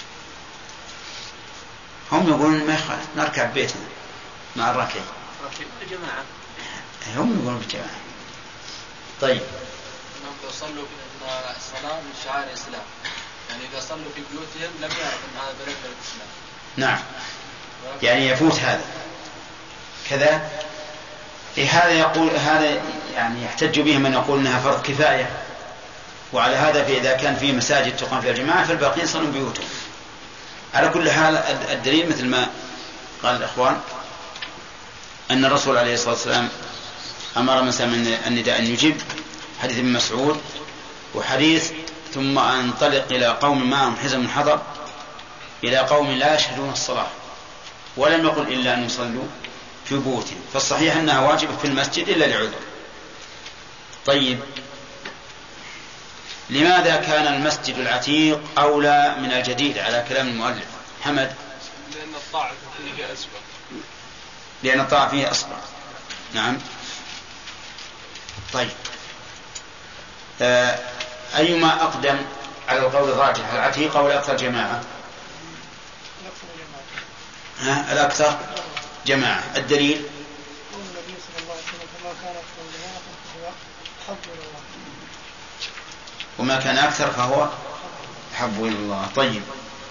هم يقولون ما يخالف نركع ببيتنا مع الراكعين. الجماعة. هم يقولون بالجماعة. طيب. أنهم يصلوا بأن الصلاة من شعائر الإسلام. يعني إذا صلوا في بيوتهم لم يعرف أن هذا بلد الإسلام. نعم. يعني يفوت هذا كذا. في هذا يقول هذا يعني يحتج به من يقول انها فرض كفايه، وعلى هذا فإذا كان في مساجد تقام فيها الجماعه فالباقين يصلون بيوتهم. على كل حال الدليل مثل ما قال الإخوان أن الرسول عليه الصلاة والسلام أمر من سمع النداء أن يجيب، حديث ابن مسعود، وحديث ثم أنطلق إلى قوم معهم حزم حضر إلى قوم لا يشهدون الصلاة، ولم يقل إلا أن يصلوا في بيوتهم، فالصحيح أنها واجبة في المسجد إلا لعذر. طيب، لماذا كان المسجد العتيق أولى من الجديد على كلام المؤلف؟ حمد. لأن الطاعة فيه أسبق. لأن الطاعة فيه أسبق. نعم. طيب، آه أيما أقدم على القول الراجح، العتيق أو الأكثر جماعة؟ ها، الأكثر جماعة. الدليل وما كان أكثر فهو أحب إلى الله. طيب،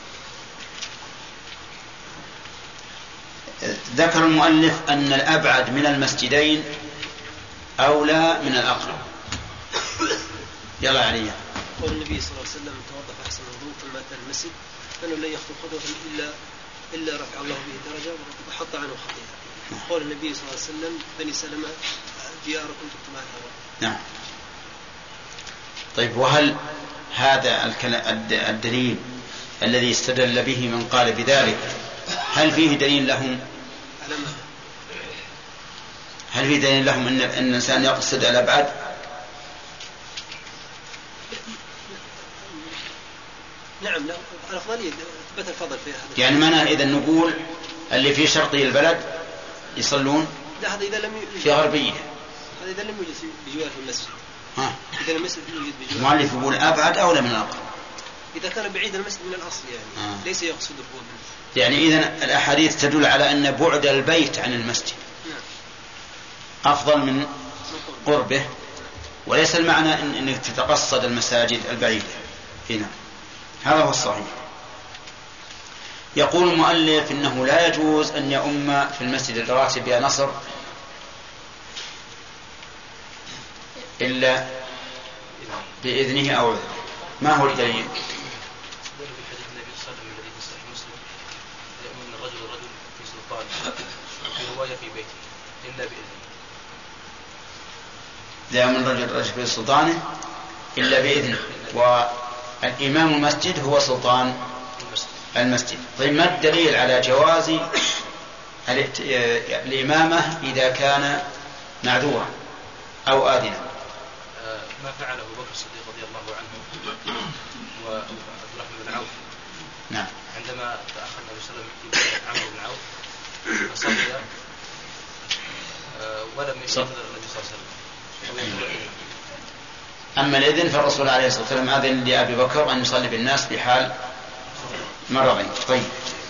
ذكر المؤلف أن الأبعد من المسجدين أولى من الأقرب. يلا عليا. قول النبي صلى الله عليه وسلم: توضأ فأحسن الوضوء ثم أتى المسجد فإنه لن يخطو خطوة إلا إلا رفع الله به درجة وحط عنه خطيئة. قول النبي صلى الله عليه وسلم: بني سلمة دياركم تكتمها الهواء. نعم. طيب، وهل هذا الدليل الذي استدل به من قال بذلك هل فيه دليل لهم؟ هل فيه دليل لهم أن الإنسان يقصد الأبعد؟ نعم، لا الأفضلية ثبت الفضل في هذا. يعني معناه إذا نقول اللي في شرقي البلد يصلون لا، هذا إذا لم يوجد في غربية، هذا إذا لم يوجد بجوار المسجد. ها، إذا المسجد يوجد بجوار المؤلف يقول أبعد أولى من الأقرب. إذا كان بعيد المسجد من الأصل يعني آه. ليس يقصد البعد. يعني إذن الأحاديث تدل على أن بعد البيت عن المسجد نعم. أفضل من قربه، وليس المعنى إن أنك تتقصد المساجد البعيدة هنا. هذا هو الصحيح. يقول المؤلف إنه لا يجوز أن يؤم في المسجد الراتب يا نصر إلا بإذنه أو عذره. ما هو الدليل؟ لا من رجل رجل في سلطانه إلا بإذنه، والإمام المسجد هو سلطان المسجد. طيب، ما الدليل على جواز الإمامة إذا كان معذورا أو آذنا؟ ما فعله أبو بكر الصديق رضي الله عنه وعبد الرحمن بن عوف. نعم. عندما تأخر النبي صلى الله عليه وسلم في عمرو بن عوف فصلي ولم ينتظر النبي صلى الله عليه وسلم. أما الإذن فالرسول عليه الصلاة والسلام أذن لأبي بكر أن يصلي بالناس في حال مرضين. طيب،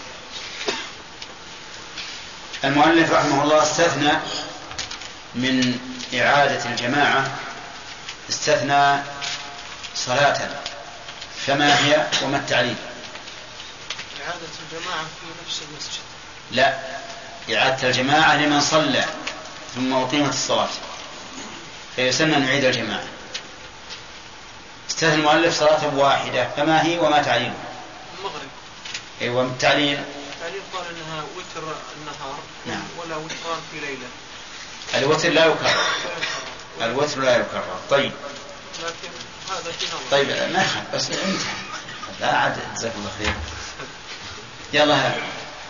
المؤلف رحمه الله استثنى من إعادة الجماعة استثنى صلاة، فما هي وما التعليل؟ إعادة الجماعة في نفس المسجد. لا، إعادة الجماعة لمن صلى ثم أقيمت الصلاة فيسمى نعيد الجماعة. استثنى المؤلف صلاة واحدة، فما هي وما تعليل؟ المغرب. أيوة، التعليل. التعليل قال إنها وتر النهار. نعم. ولا وتران في ليلة. الوتر لا يكرر. الوتر لا يكرر. طيب. لكن هذا في نظر. طيب، ما خد بس انت لا عاد جزاك الله خير. يلا هذا.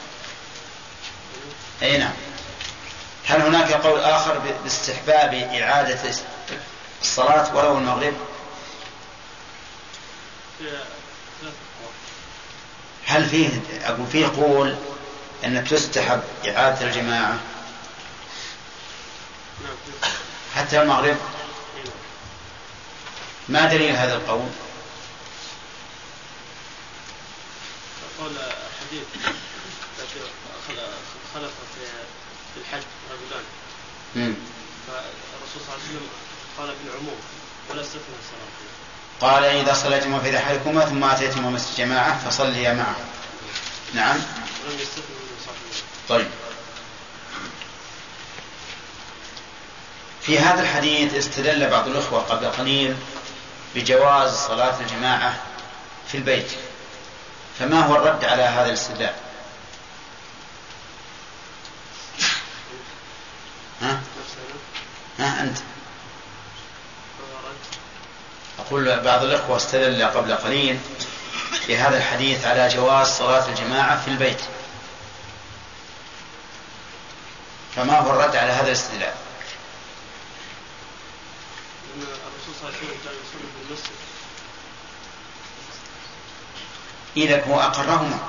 أي نعم. هل هناك قول آخر باستحباب إعادة الصلاة ولو المغرب؟ هل فيه أقول فيه قول أن تستحب إعادة الجماعة حتى المغرب؟ ما دليل هذا القول؟ قول حديث خلف في الحج رجلان فالرسول صلى الله عليه وسلم قال بالعموم ولا استثنى الصلاة. قال إذا صليتما في رحالكما ثم أتيتما مسجد جماعة فصليا معه. نعم. ولم يستثنى من صحيح. طيب، في هذا الحديث استدل بعض الأخوة قبل قليل بجواز صلاة الجماعة في البيت، فما هو الرد على هذا الاستدلال؟ ها؟ ها أنت؟ أقول بعض الأخوة استدل قبل قليل بهذا الحديث على جواز صلاة الجماعة في البيت، فما هو الرد على هذا الاستدلال؟ إن الرسول صلى الله عليه وسلم كان يصلي في المسجد. إذا هو أقرهما،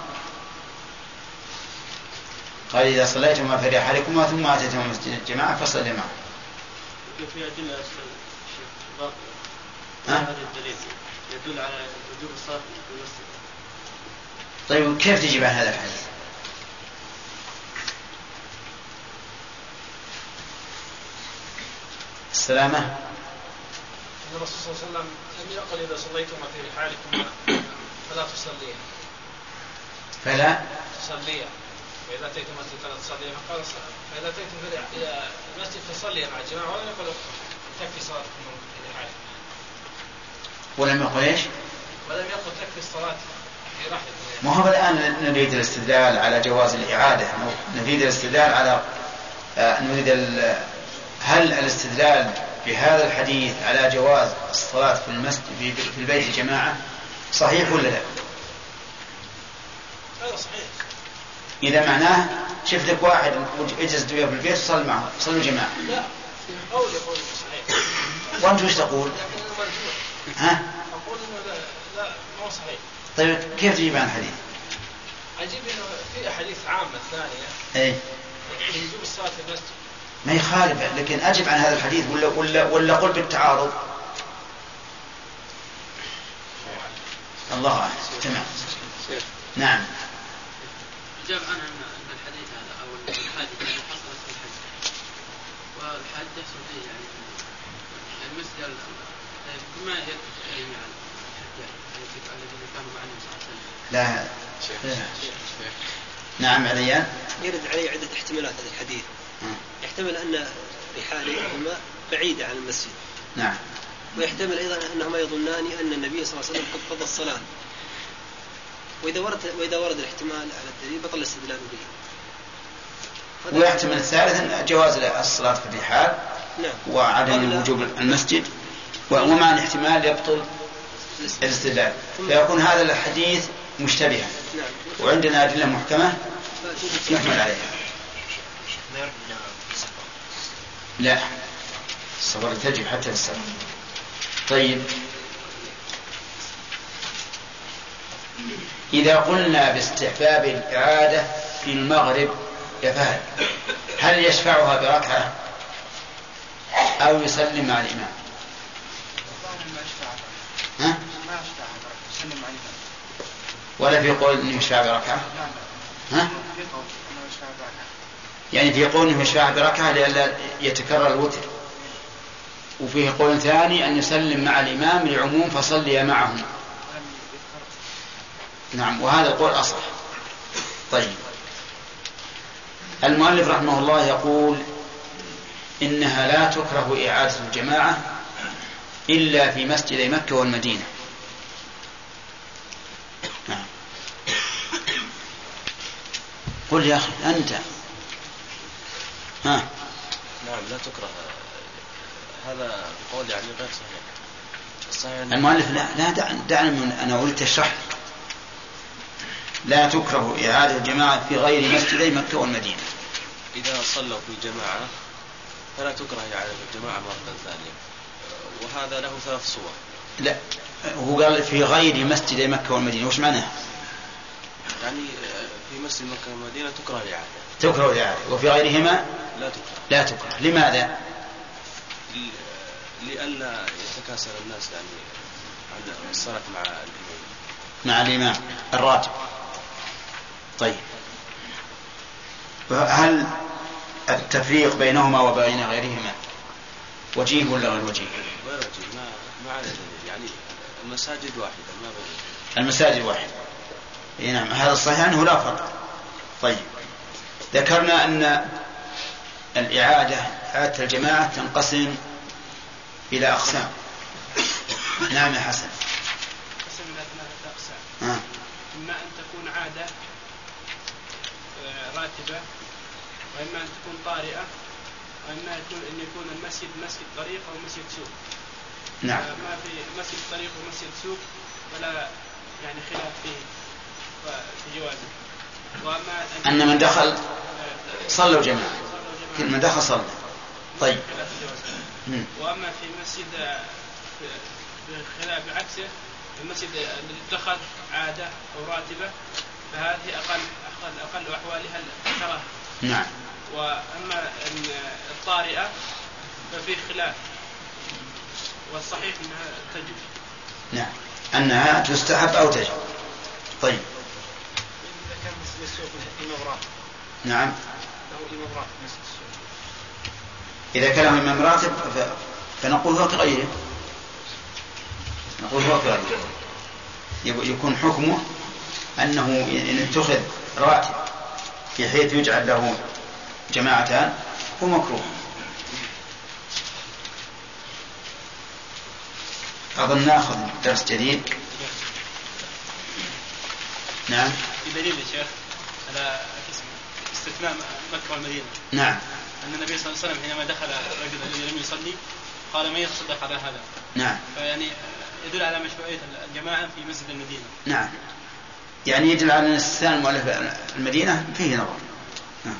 قال إذا صليتما في رحالكما ثم أتيتما مسجد الجماعة فصلوا معه. في أدلة باقية هذا الدليل يدل على وجوب الصلاة في المسجد. طيب كيف تجيب عن هذا الحديث؟ السلامة. أن الرسول صلى الله عليه وسلم لم يقل إذا صليتما في رحالكما فلا تصليا فلا تصليا وإذا أتيتم المسجد فلا تصليا، فقال فإذا أتيتم إلى المسجد فصليا مع الجماعة، ولم يقل تكفي صلاتكم في رحالكم. ولم يقل إيش؟ ولم يقل تكفي الصلاة في رحلكم. ما هو الآن نريد الاستدلال على جواز الإعادة، نريد الاستدلال على نريد ال... هل الاستدلال بهذا الحديث على جواز الصلاة في المسجد في البيت جماعة صحيح ولا لا؟ هذا صحيح. إذا معناه شفت لك واحد اجلس وياه في البيت وصل معه صلوا جماعة. لا قول يقول صحيح. وأنت وش تقول؟ ها؟ أقول إنه لا لا مو صحيح. طيب كيف تجيب عن الحديث؟ أجيب إنه في أحاديث عامة ثانية. إيه. يجوز الصلاة في المسجد. ما يخالف، لكن أجب عن هذا الحديث ولا ولا ولا قل بالتعارض. الله أعلم. تمام. نعم. أجاب عنها أن الحديث هذا أو الحادث الذي حصلت في الحج، والحادث يحصل فيه يعني المسجد ما يكفي التحريم على الحجاج الذين كانوا مع النبي صلى الله عليه وسلم. لا. نعم عليان. يرد عليه عدة احتمالات هذا الحديث. يحتمل أن رحالهما بعيدة عن المسجد. نعم. ويحتمل أيضا أنهما يظنان أن النبي صلى الله عليه وسلم قد قضى الصلاة. وإذا ورد وإذا ورد الاحتمال على الدليل بطل الاستدلال به. ويحتمل الثالث جواز الصلاة في الرحال. نعم. وعدم وجوب المسجد، ومع الاحتمال يبطل الاستدلال، فيكون هذا الحديث مشتبها. نعم. وعندنا أدلة محكمة يحمل عليها. لا، الصبر تجب حتى السفر. طيب إذا قلنا باستحباب الإعادة في المغرب يا فهد، هل يشفعها بركعة أو يسلم مع الإمام؟ ها؟ ولا في قول إنه يشفع بركعة؟ ها؟ يعني في قول إنه يشفع بركعة لئلا يتكرر الوتر، وفيه قول ثاني أن يسلم مع الإمام لعموم فصلي معهم. نعم، وهذا القول أصح. طيب المؤلف رحمه الله يقول إنها لا تكره إعادة الجماعة إلا في مسجد مكة والمدينة. نعم. قل يا أخي أنت. ها. نعم لا تكره، هذا قول يعني غير صحيح. الصحيح المؤلف لا لا دعنا من أنا أريد تشرح. لا تكره إعادة الجماعة في غير مسجدي مكة والمدينة. إذا صلوا في الجماعة فلا تكره إعادة الجماعة مرة ثانية، وهذا له ثلاث صور. لا هو قال في غير مسجدي مكة والمدينة، وش معناه؟ يعني في مسجد مكة والمدينة تكره الإعادة. تكره الإعادة، وفي غيرهما لا تكره. لا تكره. لماذا؟ لئلا يتكاسل الناس يعني عن الصلاة مع الإمام. مع الإمام الراتب. طيب هل التفريق بينهما وبين غيرهما وجيه ولا غير وجيه؟ غير وجيه، ما ما عليه يعني المساجد واحدة ما بين. المساجد واحدة. نعم هذا الصحيح أنه لا فرق. طيب ذكرنا أن الإعادة إعادة الجماعة تنقسم إلى أقسام. نعم يا حسن. تنقسم إلى ثلاثة أقسام. آه. إما أن راتبة، وإما أن تكون طارئة، وإما يكون أن يكون المسجد مسجد طريق أو مسجد سوق. نعم. ما في مسجد طريق ومسجد سوق ولا يعني خلاف فيه في جوازه. وأما أن من دخل صلوا جماعة، كل من دخل صلى. طيب. وأما في مسجد بخلاف بعكسه، المسجد الذي اتخذ عادة أو راتبة فهذه أقل أقل أقل أحوالها الكراهة. نعم. وأما الطارئة ففي خلاف، والصحيح أنها تجب. نعم، أنها تستحب أو تجب. طيب. إذا كان مسجد السوق إمام راتب. نعم. له إمام راتب مسجد السوق. إذا كان له إمام راتب فنقول هو كغيره. نقول هو كغيره. يكون حكمه أنه إن اتخذ راتب بحيث يجعل له جماعتان هو مكروه. أظن نأخذ درس جديد. نعم. في دليل يا شيخ على استثناء مكة والمدينة. نعم. أن النبي صلى الله عليه وسلم حينما دخل الرجل الذي لم يصلي قال من يتصدق على هذا. نعم. فيعني يدل على مشروعية الجماعة في مسجد المدينة. نعم. يعني يدل على أن استثناء المؤلف المدينة فيه نظر. نعم.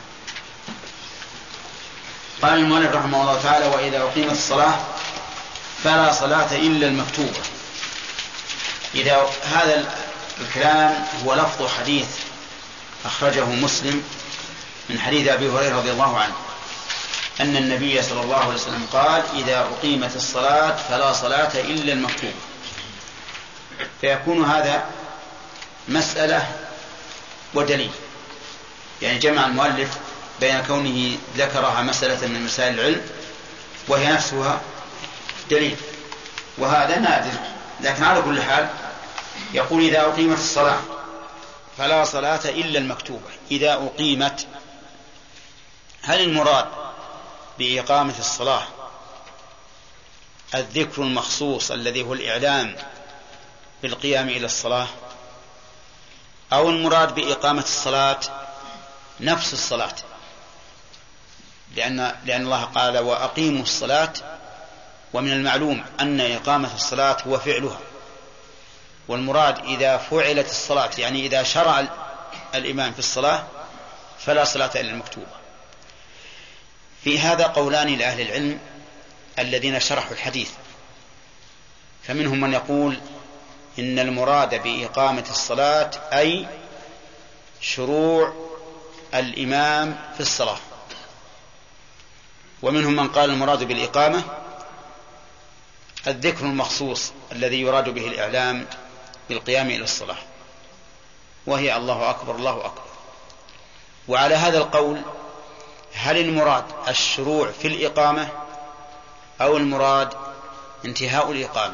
قال المؤلف رحمه الله تعالى: وإذا أقيمت الصلاة فلا صلاة إلا المكتوبة. إذا هذا الكلام هو لفظ حديث أخرجه مسلم من حديث أبي هريرة رضي الله عنه أن النبي صلى الله عليه وسلم قال: إذا أقيمت الصلاة فلا صلاة إلا المكتوبة. فيكون هذا مسألة ودليل، يعني جمع المؤلف بين كونه ذكرها مسألة من مسائل العلم وهي نفسها دليل، وهذا نادر. لكن على كل حال يقول: إذا أقيمت الصلاة فلا صلاة إلا المكتوبة. إذا أقيمت، هل المراد بإقامة الصلاة الذكر المخصوص الذي هو الإعلام بالقيام إلى الصلاة، أو المراد بإقامة الصلاة نفس الصلاة؟ لأن, لأن الله قال: وأقيموا الصلاة، ومن المعلوم أن إقامة الصلاة هو فعلها، والمراد إذا فعلت الصلاة يعني إذا شرع الإمام في الصلاة فلا صلاة إلا المكتوبة. في هذا قولان لأهل العلم الذين شرحوا الحديث، فمنهم من يقول إن المراد بإقامة الصلاة أي شروع الإمام في الصلاة، ومنهم من قال المراد بالإقامة الذكر المخصوص الذي يراد به الإعلام بالقيام إلى الصلاة، وهي الله أكبر الله أكبر. وعلى هذا القول هل المراد الشروع في الإقامة أو المراد انتهاء الإقامة؟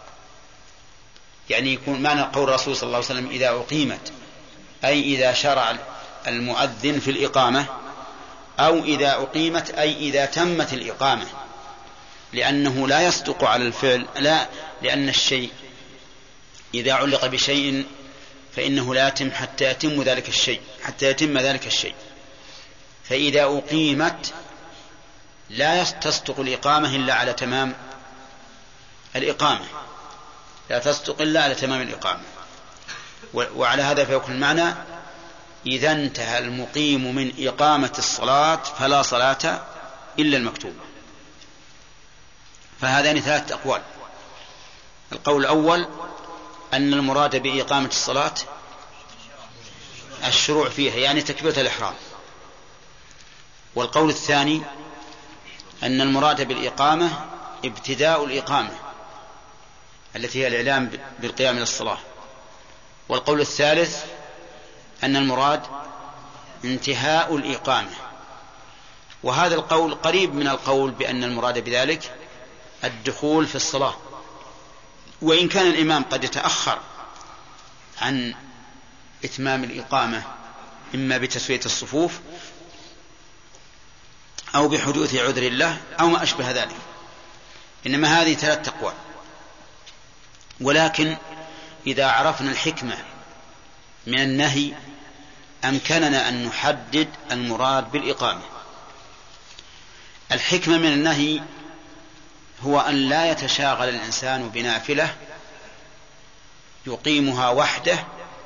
يعني يكون معنى قول الرسول صلى الله عليه وسلم: إذا أقيمت، أي إذا شرع المؤذن في الإقامة، أو إذا أقيمت أي إذا تمت الإقامة، لأنه لا يصدق على الفعل، لا، لأن الشيء إذا علق بشيء فإنه لا يتم حتى يتم ذلك الشيء حتى يتم ذلك الشيء. فإذا أقيمت لا تصدق الإقامة إلا على تمام الإقامة، لا تصدق إلا على تمام الإقامة. وعلى هذا فيكون المعنى: إذا انتهى المقيم من إقامة الصلاة فلا صلاة إلا المكتوبة. فهذان ثلاثة أقوال. القول الأول أن المراد بإقامة الصلاة الشروع فيها يعني تكبيرة الإحرام. والقول الثاني أن المراد بالإقامة ابتداء الإقامة التي هي الإعلام بالقيام إلى الصلاة. والقول الثالث أن المراد انتهاء الإقامة. وهذا القول قريب من القول بأن المراد بذلك الدخول في الصلاة، وإن كان الإمام قد يتأخر عن إتمام الإقامة إما بتسوية الصفوف أو بحدوث عذر الله أو ما أشبه ذلك. إنما هذه ثلاث أقوال. ولكن إذا عرفنا الحكمة من النهي أمكننا أن نحدد المراد بالإقامة. الحكمة من النهي هو أن لا يتشاغل الإنسان بنافلة يقيمها وحده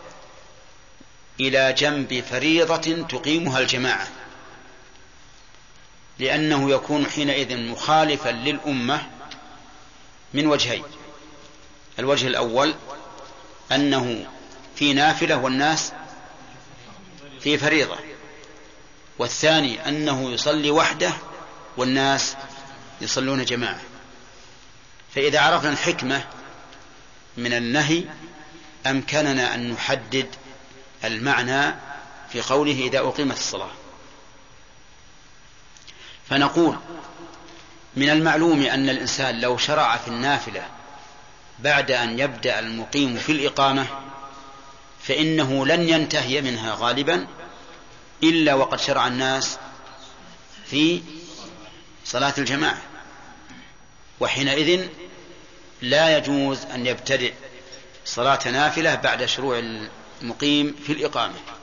إلى جنب فريضة تقيمها الجماعة، لأنه يكون حينئذ مخالفا للأمة من وجهين: الوجه الأول أنه في نافلة والناس في فريضة، والثاني أنه يصلي وحده والناس يصلون جماعة. فإذا عرفنا الحكمة من النهي أمكننا أن نحدد المعنى في قوله إذا أقيمت الصلاة. فنقول من المعلوم أن الإنسان لو شرع في النافلة بعد أن يبدأ المقيم في الإقامة فإنه لن ينتهي منها غالبا إلا وقد شرع الناس في صلاة الجماعة، وحينئذ لا يجوز أن يبتدئ صلاة نافلة بعد شروع المقيم في الإقامة.